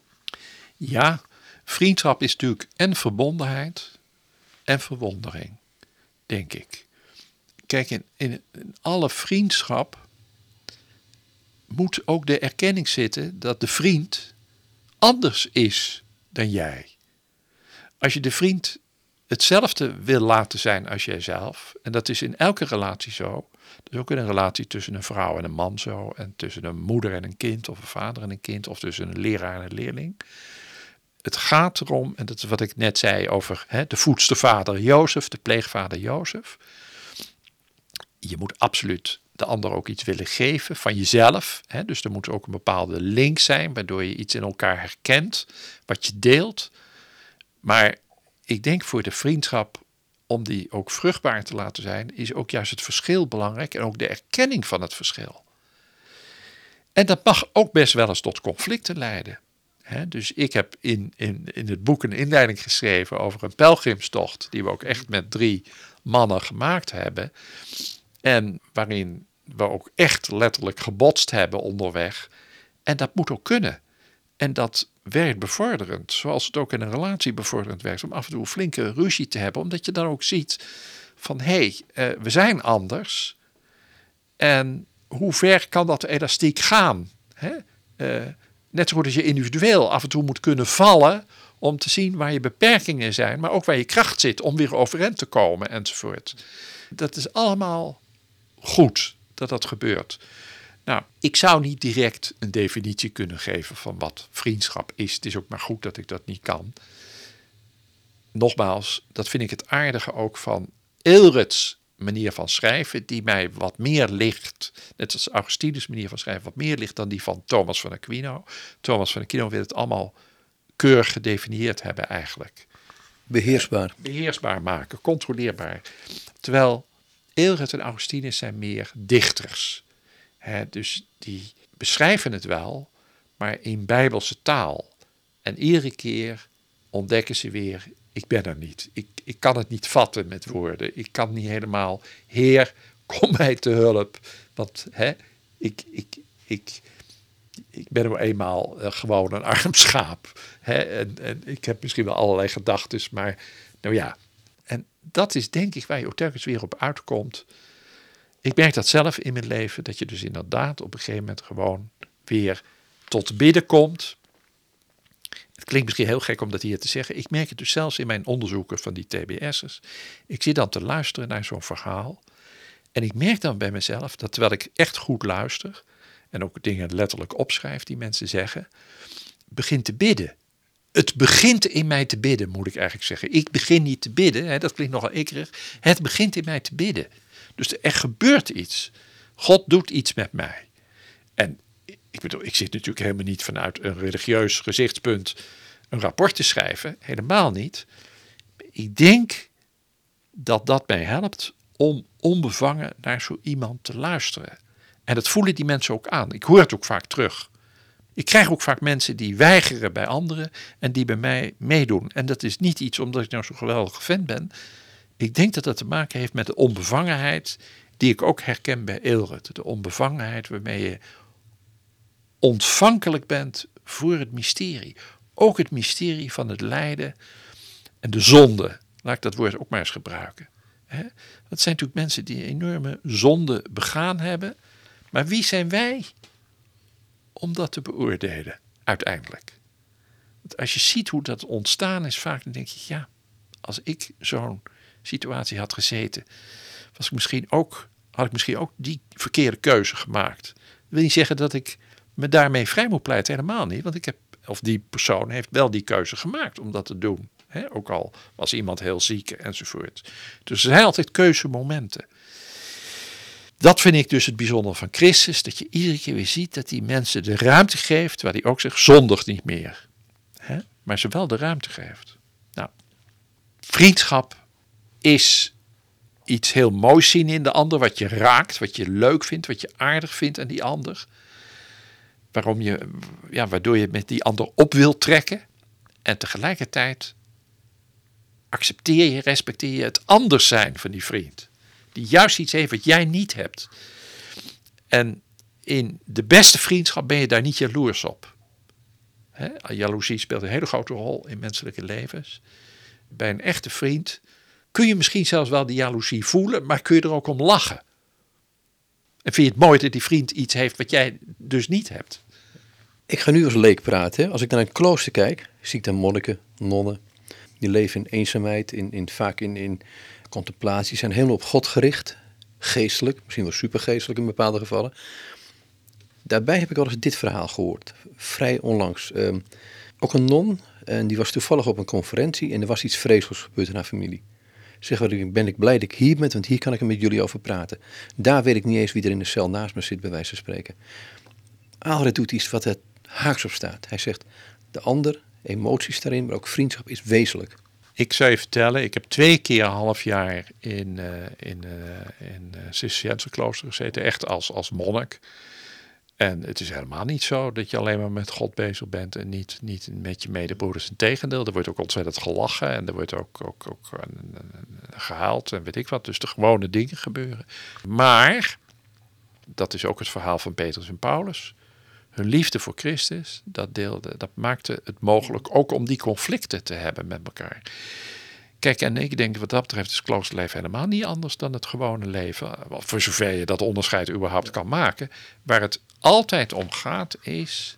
Ja, vriendschap is natuurlijk en verbondenheid en verwondering, denk ik. Kijk, in alle vriendschap moet ook de erkenning zitten dat de vriend anders is dan jij. Als je de vriend hetzelfde wil laten zijn als jijzelf, en dat is in elke relatie zo, dus ook in een relatie tussen een vrouw en een man zo, en tussen een moeder en een kind, of een vader en een kind, of tussen een leraar en een leerling. Het gaat erom, en dat is wat ik net zei over de voedstervader Jozef, de pleegvader Jozef. Je moet absoluut de ander ook iets willen geven van jezelf. Hè? Dus er moet ook een bepaalde link zijn, waardoor je iets in elkaar herkent, wat je deelt. Maar ik denk voor de vriendschap, om die ook vruchtbaar te laten zijn, is ook juist het verschil belangrijk en ook de erkenning van het verschil. En dat mag ook best wel eens tot conflicten leiden. Dus ik heb in het boek een inleiding geschreven over een pelgrimstocht, die we ook echt met 3 mannen gemaakt hebben. En waarin we ook echt letterlijk gebotst hebben onderweg. En dat moet ook kunnen. En dat werkt bevorderend, zoals het ook in een relatie bevorderend werkt, om af en toe een flinke ruzie te hebben, omdat je dan ook ziet van we zijn anders. En hoe ver kan dat elastiek gaan? Net zo goed als je individueel af en toe moet kunnen vallen om te zien waar je beperkingen zijn, maar ook waar je kracht zit om weer overeind te komen enzovoort. Dat is allemaal goed dat dat gebeurt. Nou, ik zou niet direct een definitie kunnen geven van wat vriendschap is. Het is ook maar goed dat ik dat niet kan. Nogmaals, dat vind ik het aardige ook van Aelred's manier van schrijven, die mij wat meer ligt, net als Augustinus' manier van schrijven, wat meer ligt dan die van Thomas van Aquino. Thomas van Aquino wil het allemaal keurig gedefinieerd hebben eigenlijk. Beheersbaar maken, controleerbaar. Terwijl Aelred en Augustinus zijn meer dichters. Dus die beschrijven het wel, maar in bijbelse taal. En iedere keer ontdekken ze weer, ik ben er niet. Ik kan het niet vatten met woorden. Ik kan niet helemaal, Heer, kom mij te hulp. Want ik ben nou eenmaal gewoon een arm schaap. En ik heb misschien wel allerlei gedachten, maar nou ja. En dat is denk ik waar je ook telkens weer op uitkomt. Ik merk dat zelf in mijn leven, dat je dus inderdaad op een gegeven moment gewoon weer tot bidden komt. Het klinkt misschien heel gek om dat hier te zeggen. Ik merk het dus zelfs in mijn onderzoeken van die TBS'ers. Ik zit dan te luisteren naar zo'n verhaal. En ik merk dan bij mezelf dat terwijl ik echt goed luister en ook dingen letterlijk opschrijf die mensen zeggen, begin te bidden. Het begint in mij te bidden, moet ik eigenlijk zeggen. Ik begin niet te bidden, dat klinkt nogal ikkerig. Het begint in mij te bidden. Dus er gebeurt iets. God doet iets met mij. En ik bedoel, ik zit natuurlijk helemaal niet vanuit een religieus gezichtspunt een rapport te schrijven. Helemaal niet. Ik denk dat dat mij helpt om onbevangen naar zo iemand te luisteren. En dat voelen die mensen ook aan. Ik hoor het ook vaak terug. Ik krijg ook vaak mensen die weigeren bij anderen en die bij mij meedoen. En dat is niet iets omdat ik nou zo'n geweldige fan ben. Ik denk dat dat te maken heeft met de onbevangenheid die ik ook herken bij Aelred. De onbevangenheid waarmee je ontvankelijk bent voor het mysterie. Ook het mysterie van het lijden en de zonde. Laat ik dat woord ook maar eens gebruiken. Dat zijn natuurlijk mensen die enorme zonde begaan hebben. Maar wie zijn wij om dat te beoordelen uiteindelijk? Want als je ziet hoe dat ontstaan is, vaak dan denk je, ja, als ik zo'n situatie had gezeten, had ik misschien ook die verkeerde keuze gemaakt. Dat wil niet zeggen dat ik me daarmee vrij moet pleiten, helemaal niet. Want die persoon heeft wel die keuze gemaakt om dat te doen. Ook al was iemand heel ziek enzovoort. Dus er zijn altijd keuzemomenten. Dat vind ik dus het bijzondere van Christus, dat je iedere keer weer ziet dat die mensen de ruimte geeft, waar hij ook zegt, zondig niet meer. Maar ze wel de ruimte geeft. Nou, vriendschap is iets heel moois zien in de ander, wat je raakt, wat je leuk vindt, wat je aardig vindt aan die ander. Waardoor je met die ander op wilt trekken. En tegelijkertijd respecteer je het anders zijn van die vriend. Die juist iets heeft wat jij niet hebt. En in de beste vriendschap ben je daar niet jaloers op. Jaloezie speelt een hele grote rol in menselijke levens. Bij een echte vriend kun je misschien zelfs wel die jaloezie voelen, maar kun je er ook om lachen. En vind je het mooi dat die vriend iets heeft wat jij dus niet hebt? Ik ga nu als leek praten. Als ik naar een klooster kijk, zie ik dan monniken, nonnen. Die leven in eenzaamheid, vaak in contemplatie, zijn helemaal op God gericht. Geestelijk, misschien wel supergeestelijk in bepaalde gevallen. Daarbij heb ik al eens dit verhaal gehoord. Vrij onlangs. Ook een non, en die was toevallig op een conferentie en er was iets vreselijks gebeurd in haar familie. Zeg, ben ik blij dat ik hier ben, want hier kan ik er met jullie over praten. Daar weet ik niet eens wie er in de cel naast me zit, bij wijze van spreken. Aalred doet iets wat er haaks op staat. Hij zegt, de ander, emoties daarin, maar ook vriendschap is wezenlijk. Ik zou je vertellen, ik heb 2 keer een half jaar in Cisterciënserklooster gezeten, echt als monnik. En het is helemaal niet zo dat je alleen maar met God bezig bent en niet met je medebroeders. Integendeel, er wordt ook ontzettend gelachen en er wordt ook gehuild en weet ik wat. Dus de gewone dingen gebeuren. Maar, dat is ook het verhaal van Petrus en Paulus. Hun liefde voor Christus, dat maakte het mogelijk ook om die conflicten te hebben met elkaar. Kijk, en ik denk wat dat betreft is kloosterleven helemaal niet anders dan het gewone leven. Voor zover je dat onderscheid überhaupt kan maken. Waar het altijd om gaat is,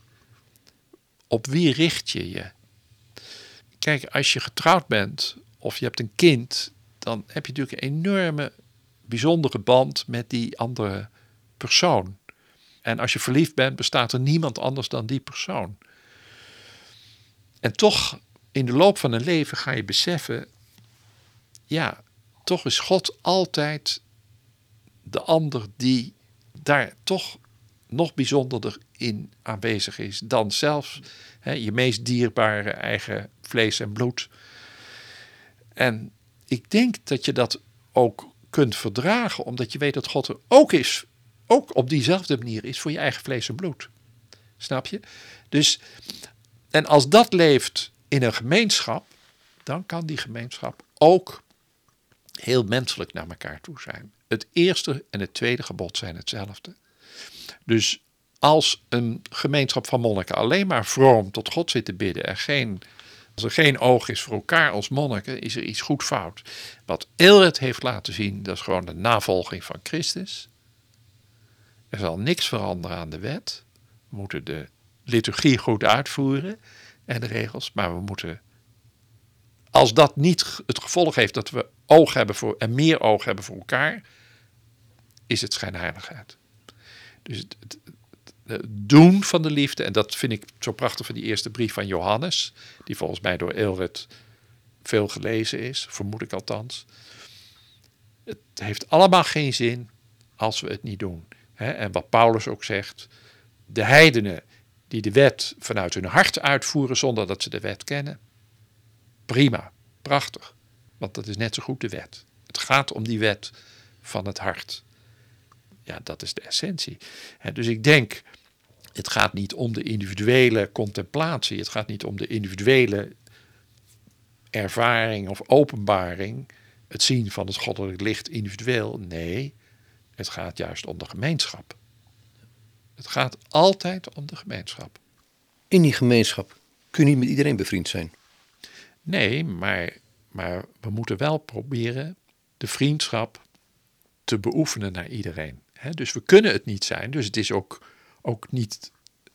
op wie richt je je? Kijk, als je getrouwd bent of je hebt een kind, dan heb je natuurlijk een enorme, bijzondere band met die andere persoon. En als je verliefd bent, bestaat er niemand anders dan die persoon. En toch, in de loop van een leven ga je beseffen, ja, toch is God altijd de ander die daar toch nog bijzonderder in aanwezig is dan zelfs je meest dierbare eigen vlees en bloed. En ik denk dat je dat ook kunt verdragen, omdat je weet dat God er ook is, ook op diezelfde manier is voor je eigen vlees en bloed. Snap je? Dus, en als dat leeft in een gemeenschap, dan kan die gemeenschap ook heel menselijk naar elkaar toe zijn. Het eerste en het tweede gebod zijn hetzelfde. Dus als een gemeenschap van monniken alleen maar vroom tot God zit te bidden en als er geen oog is voor elkaar als monniken, is er iets goed fout. Wat Aelred heeft laten zien, dat is gewoon de navolging van Christus. Er zal niks veranderen aan de wet. We moeten de liturgie goed uitvoeren en de regels, maar we moeten, als dat niet het gevolg heeft dat we oog hebben voor en meer oog hebben voor elkaar, is het schijnheiligheid. Dus het doen van de liefde, en dat vind ik zo prachtig van die eerste brief van Johannes, die volgens mij door Aelred veel gelezen is, vermoed ik althans. Het heeft allemaal geen zin als we het niet doen. En wat Paulus ook zegt, de heidenen die de wet vanuit hun hart uitvoeren zonder dat ze de wet kennen, prima, prachtig. Want dat is net zo goed de wet. Het gaat om die wet van het hart. Ja, dat is de essentie. Dus ik denk, het gaat niet om de individuele contemplatie. Het gaat niet om de individuele ervaring of openbaring. Het zien van het goddelijk licht individueel. Nee, het gaat juist om de gemeenschap. Het gaat altijd om de gemeenschap. In die gemeenschap kun je niet met iedereen bevriend zijn. Nee, maar we moeten wel proberen de vriendschap te beoefenen naar iedereen. Dus we kunnen het niet zijn. Dus het is ook niet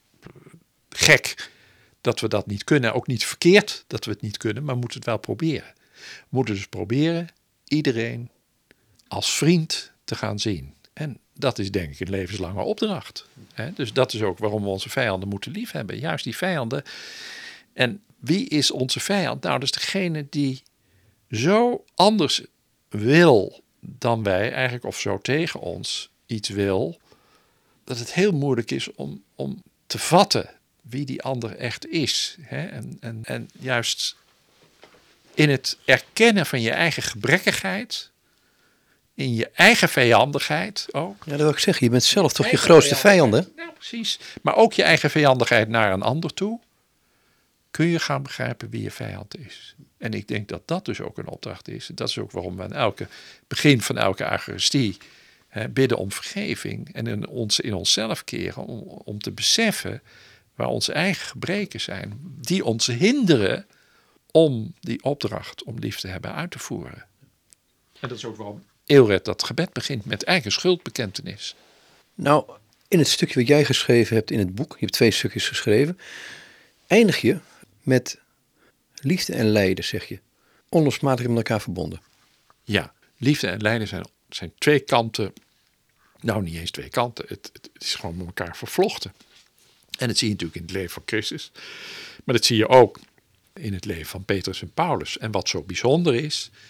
gek dat we dat niet kunnen. Ook niet verkeerd dat we het niet kunnen, maar we moeten het wel proberen. We moeten dus proberen iedereen als vriend te gaan zien. En dat is denk ik een levenslange opdracht. Dus dat is ook waarom we onze vijanden moeten liefhebben. Juist die vijanden. En wie is onze vijand? Nou, dat is degene die zo anders wil dan wij eigenlijk, of zo tegen ons iets wil, dat het heel moeilijk is om te vatten wie die ander echt is. En juist in het erkennen van je eigen gebrekkigheid, in je eigen vijandigheid ook. Ja, dat wil ik zeggen. Je bent zelf toch je grootste vijand, hè? Nou, precies. Maar ook je eigen vijandigheid naar een ander toe, kun je gaan begrijpen wie je vijand is. En ik denk dat dat dus ook een opdracht is. Dat is ook waarom we aan begin van elke eucharistie bidden om vergeving en in onszelf keren om te beseffen waar onze eigen gebreken zijn, die ons hinderen om die opdracht om lief te hebben uit te voeren. En dat is ook waarom Aelred dat gebed begint met eigen schuldbekentenis. Nou, in het stukje wat jij geschreven hebt in het boek, je hebt 2 stukjes geschreven, eindig je met liefde en lijden, zeg je. Onlosmakelijk met elkaar verbonden. Ja, liefde en lijden zijn 2 kanten. Nou, niet eens 2 kanten. Het is gewoon met elkaar vervlochten. En dat zie je natuurlijk in het leven van Christus. Maar dat zie je ook in het leven van Petrus en Paulus. En wat zo bijzonder is,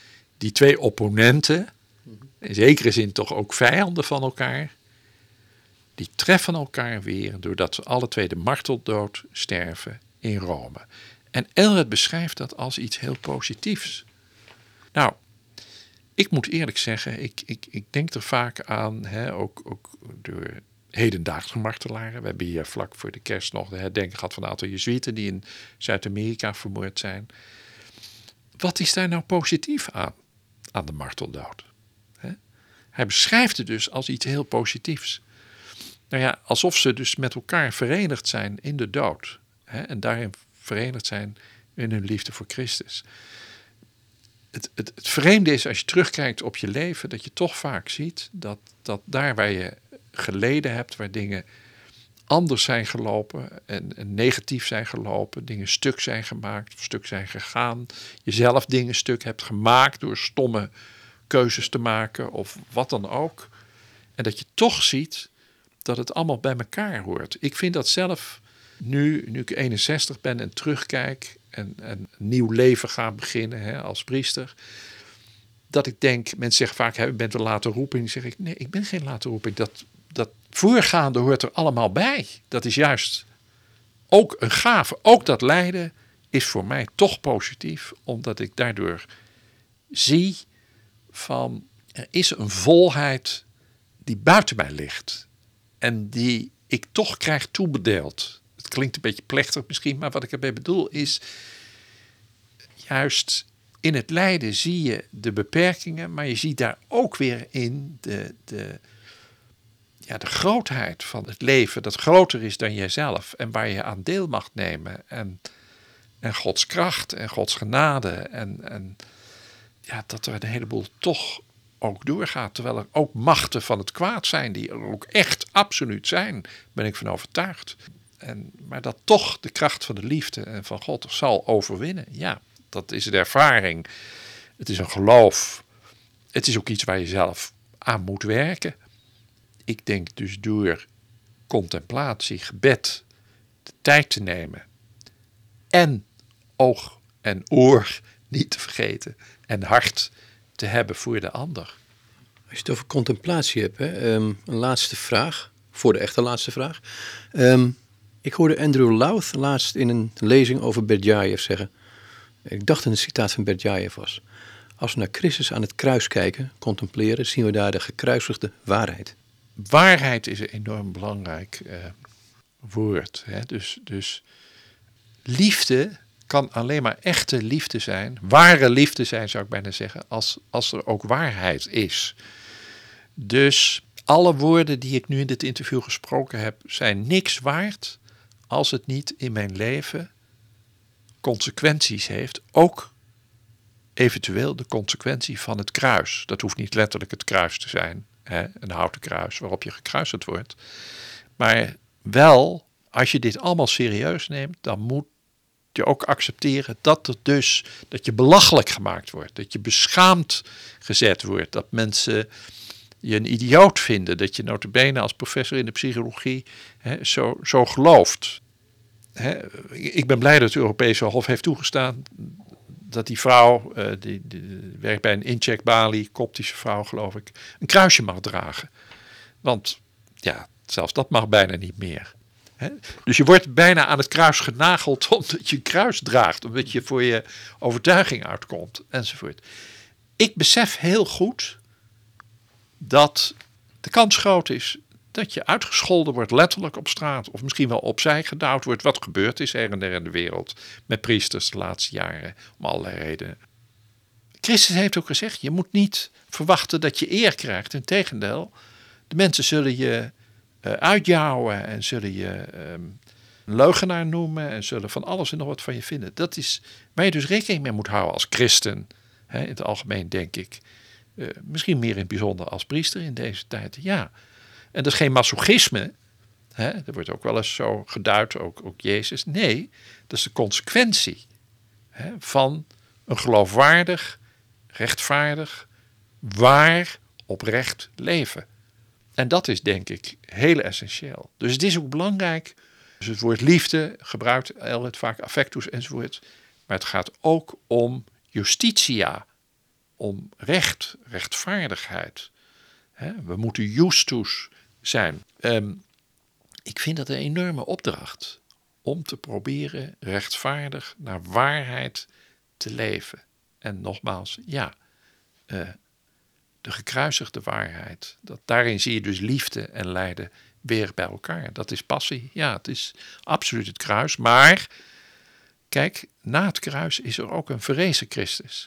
die twee opponenten, in zekere zin toch ook vijanden van elkaar, die treffen elkaar weer doordat ze alle twee de marteldood sterven in Rome. En Eldred beschrijft dat als iets heel positiefs. Nou, ik moet eerlijk zeggen, ik denk er vaak aan, ook door hedendaagse martelaren. We hebben hier vlak voor de kerst nog de herdenking gehad van een aantal Jezuïeten die in Zuid-Amerika vermoord zijn. Wat is daar nou positief aan de marteldood? Hij beschrijft het dus als iets heel positiefs. Nou ja, alsof ze dus met elkaar verenigd zijn in de dood. En daarin verenigd zijn in hun liefde voor Christus. Het vreemde is als je terugkijkt op je leven, dat je toch vaak ziet dat daar waar je geleden hebt, waar dingen anders zijn gelopen en negatief zijn gelopen, dingen stuk zijn gemaakt of stuk zijn gegaan, jezelf dingen stuk hebt gemaakt door stomme keuzes te maken of wat dan ook. En dat je toch ziet dat het allemaal bij elkaar hoort. Ik vind dat zelf nu ik 61 ben en terugkijk en een nieuw leven ga beginnen als priester, dat ik denk, mensen zeggen vaak, je bent een late roeping. Dan zeg ik, nee, ik ben geen late roeping. Dat voorgaande hoort er allemaal bij. Dat is juist ook een gave. Ook dat lijden is voor mij toch positief, omdat ik daardoor zie van, er is een volheid die buiten mij ligt en die ik toch krijg toebedeeld. Het klinkt een beetje plechtig misschien, maar wat ik erbij bedoel is, juist in het lijden zie je de beperkingen, maar je ziet daar ook weer in de grootheid van het leven, dat groter is dan jijzelf en waar je aan deel mag nemen en Gods kracht en Gods genade en dat er een heleboel toch ook doorgaat, terwijl er ook machten van het kwaad zijn, die er ook echt absoluut zijn, ben ik van overtuigd. Maar dat toch de kracht van de liefde en van God zal overwinnen. Ja, dat is een ervaring. Het is een geloof. Het is ook iets waar je zelf aan moet werken. Ik denk dus door contemplatie, gebed, de tijd te nemen en oog en oor niet te vergeten en hart te hebben voor de ander. Als je het over contemplatie hebt, een laatste vraag, voor de echte laatste vraag. Ik hoorde Andrew Louth laatst in een lezing over Berdjajev zeggen. Ik dacht dat het een citaat van Berdjajev was. Als we naar Christus aan het kruis kijken, contempleren, zien we daar de gekruisigde waarheid. Waarheid is een enorm belangrijk woord. Dus liefde kan alleen maar echte liefde zijn, ware liefde zijn zou ik bijna zeggen, als er ook waarheid is. Dus alle woorden die ik nu in dit interview gesproken heb, zijn niks waard als het niet in mijn leven consequenties heeft. Ook eventueel de consequentie van het kruis. Dat hoeft niet letterlijk het kruis te zijn, een houten kruis waarop je gekruisigd wordt. Maar wel, als je dit allemaal serieus neemt, dan moet je ook accepteren dat je belachelijk gemaakt wordt, dat je beschaamd gezet wordt, dat mensen je een idioot vinden, dat je nota bene als professor in de psychologie zo gelooft. Ik ben blij dat het Europese Hof heeft toegestaan dat die vrouw, die werkt bij een incheckbalie, koptische vrouw geloof ik, een kruisje mag dragen. Want ja, zelfs dat mag bijna niet meer. Dus je wordt bijna aan het kruis genageld omdat je een kruis draagt, omdat je voor je overtuiging uitkomt enzovoort. Ik besef heel goed dat de kans groot is dat je uitgescholden wordt, letterlijk op straat, of misschien wel opzij gedouwd wordt, wat gebeurd is her en der in de wereld met priesters de laatste jaren, om allerlei redenen. Christus heeft ook gezegd, je moet niet verwachten dat je eer krijgt. Integendeel, de mensen zullen je uitjouwen en zullen je een leugenaar noemen en zullen van alles en nog wat van je vinden. Dat is waar je dus rekening mee moet houden als christen, in het algemeen denk ik. Misschien meer in het bijzonder als priester in deze tijd, ja. En dat is geen masochisme. Er wordt ook wel eens zo geduid, ook Jezus. Nee, dat is de consequentie van een geloofwaardig, rechtvaardig, waar, oprecht leven. En dat is denk ik heel essentieel. Dus het is ook belangrijk. Dus het woord liefde gebruikt Eldred vaak affectus enzovoort. Maar het gaat ook om justitia. om rechtvaardigheid. We moeten justus zijn. Ik vind dat een enorme opdracht om te proberen rechtvaardig naar waarheid te leven. En nogmaals, de gekruisigde waarheid. Daarin zie je dus liefde en lijden weer bij elkaar. Dat is passie. Ja, het is absoluut het kruis. Maar, kijk, na het kruis is er ook een verrezen Christus.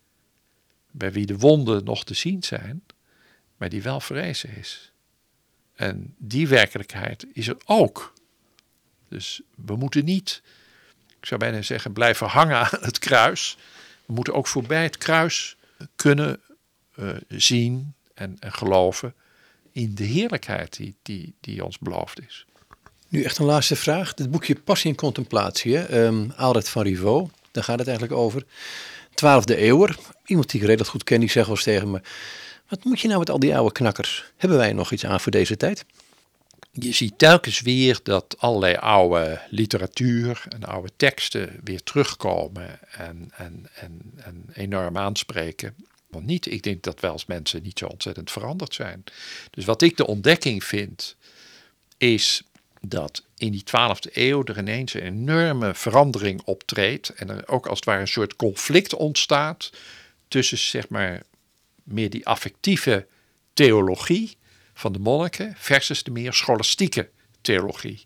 Bij wie de wonden nog te zien zijn, maar die wel verrezen is. En die werkelijkheid is er ook. Dus we moeten niet, ik zou bijna zeggen, blijven hangen aan het kruis. We moeten ook voorbij het kruis kunnen zien en geloven in de heerlijkheid die ons beloofd is. Nu echt een laatste vraag. Dit boekje Passie en Contemplatie, Aalred van Rivaux, daar gaat het eigenlijk over. 12e eeuwer. Iemand die ik redelijk goed ken, die zegt wel eens tegen me: wat moet je nou met al die oude knakkers? Hebben wij nog iets aan voor deze tijd? Je ziet telkens weer dat allerlei oude literatuur en oude teksten weer terugkomen en enorm aanspreken. Want niet, ik denk dat wij als mensen niet zo ontzettend veranderd zijn. Dus wat ik de ontdekking vind, is dat in die 12e eeuw er ineens een enorme verandering optreedt. En er ook als het ware een soort conflict ontstaat tussen, zeg maar, meer die affectieve theologie van de monniken versus de meer scholastieke theologie.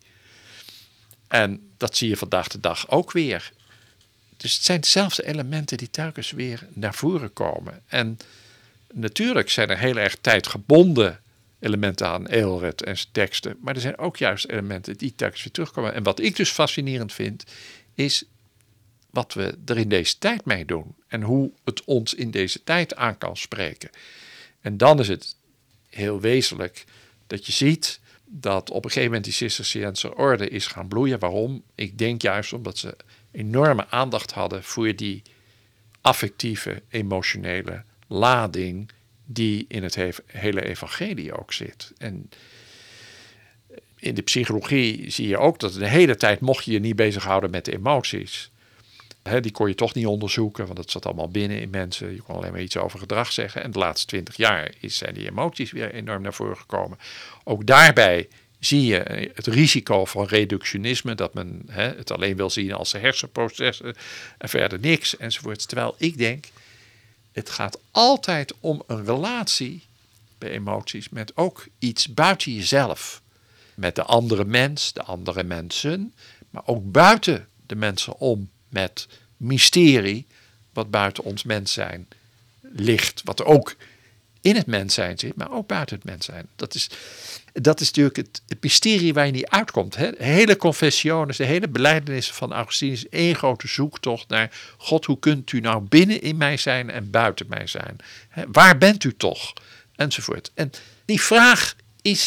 En dat zie je vandaag de dag ook weer. Dus het zijn dezelfde elementen die telkens weer naar voren komen. En natuurlijk zijn er heel erg tijdgebonden elementen aan Aelred en zijn teksten. Maar er zijn ook juist elementen die telkens weer terugkomen. En wat ik dus fascinerend vind, is wat we er in deze tijd mee doen. En hoe het ons in deze tijd aan kan spreken. En dan is het heel wezenlijk dat je ziet dat op een gegeven moment die Cisterciënse orde is gaan bloeien. Waarom? Ik denk juist omdat ze enorme aandacht hadden voor die affectieve, emotionele lading die in het hele evangelie ook zit. En in de psychologie zie je ook dat de hele tijd mocht je je niet bezighouden met de emoties. Die kon je toch niet onderzoeken, want dat zat allemaal binnen in mensen. Je kon alleen maar iets over gedrag zeggen. En de laatste 20 jaar zijn die emoties weer enorm naar voren gekomen. Ook daarbij zie je het risico van reductionisme, dat men het alleen wil zien als hersenprocessen en verder niks enzovoort. Terwijl ik denk, het gaat altijd om een relatie bij emoties met ook iets buiten jezelf. Met de andere mens, de andere mensen, maar ook buiten de mensen om met mysterie wat buiten ons mens zijn ligt. Wat ook in het mens zijn zit, maar ook buiten het mens zijn. Dat is natuurlijk het mysterie waar je niet uitkomt. Hè? De hele confessiones, de hele belijdenis van Augustinus is één grote zoektocht naar God. Hoe kunt u nou binnen in mij zijn en buiten mij zijn? Hè? Waar bent u toch? Enzovoort. En die vraag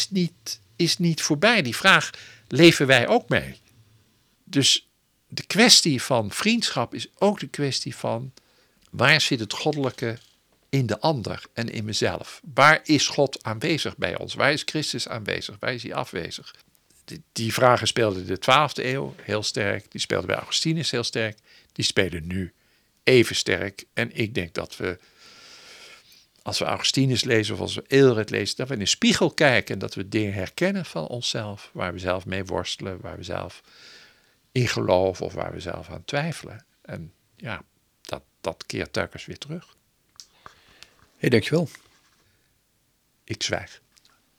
is niet voorbij. Die vraag leven wij ook mee. Dus de kwestie van vriendschap is ook de kwestie van waar zit het goddelijke in de ander en in mezelf? Waar is God aanwezig bij ons? Waar is Christus aanwezig? Waar is hij afwezig? Die vragen speelden in de 12e eeuw heel sterk. Die speelden bij Augustinus heel sterk. Die spelen nu even sterk. En ik denk dat we, als we Augustinus lezen of als we Aelred lezen, dat we in de spiegel kijken en dat we dingen herkennen van onszelf, waar we zelf mee worstelen, waar we zelf in geloven of waar we zelf aan twijfelen. En ja, dat keert telkens weer terug. Dankjewel. Ik zwijg.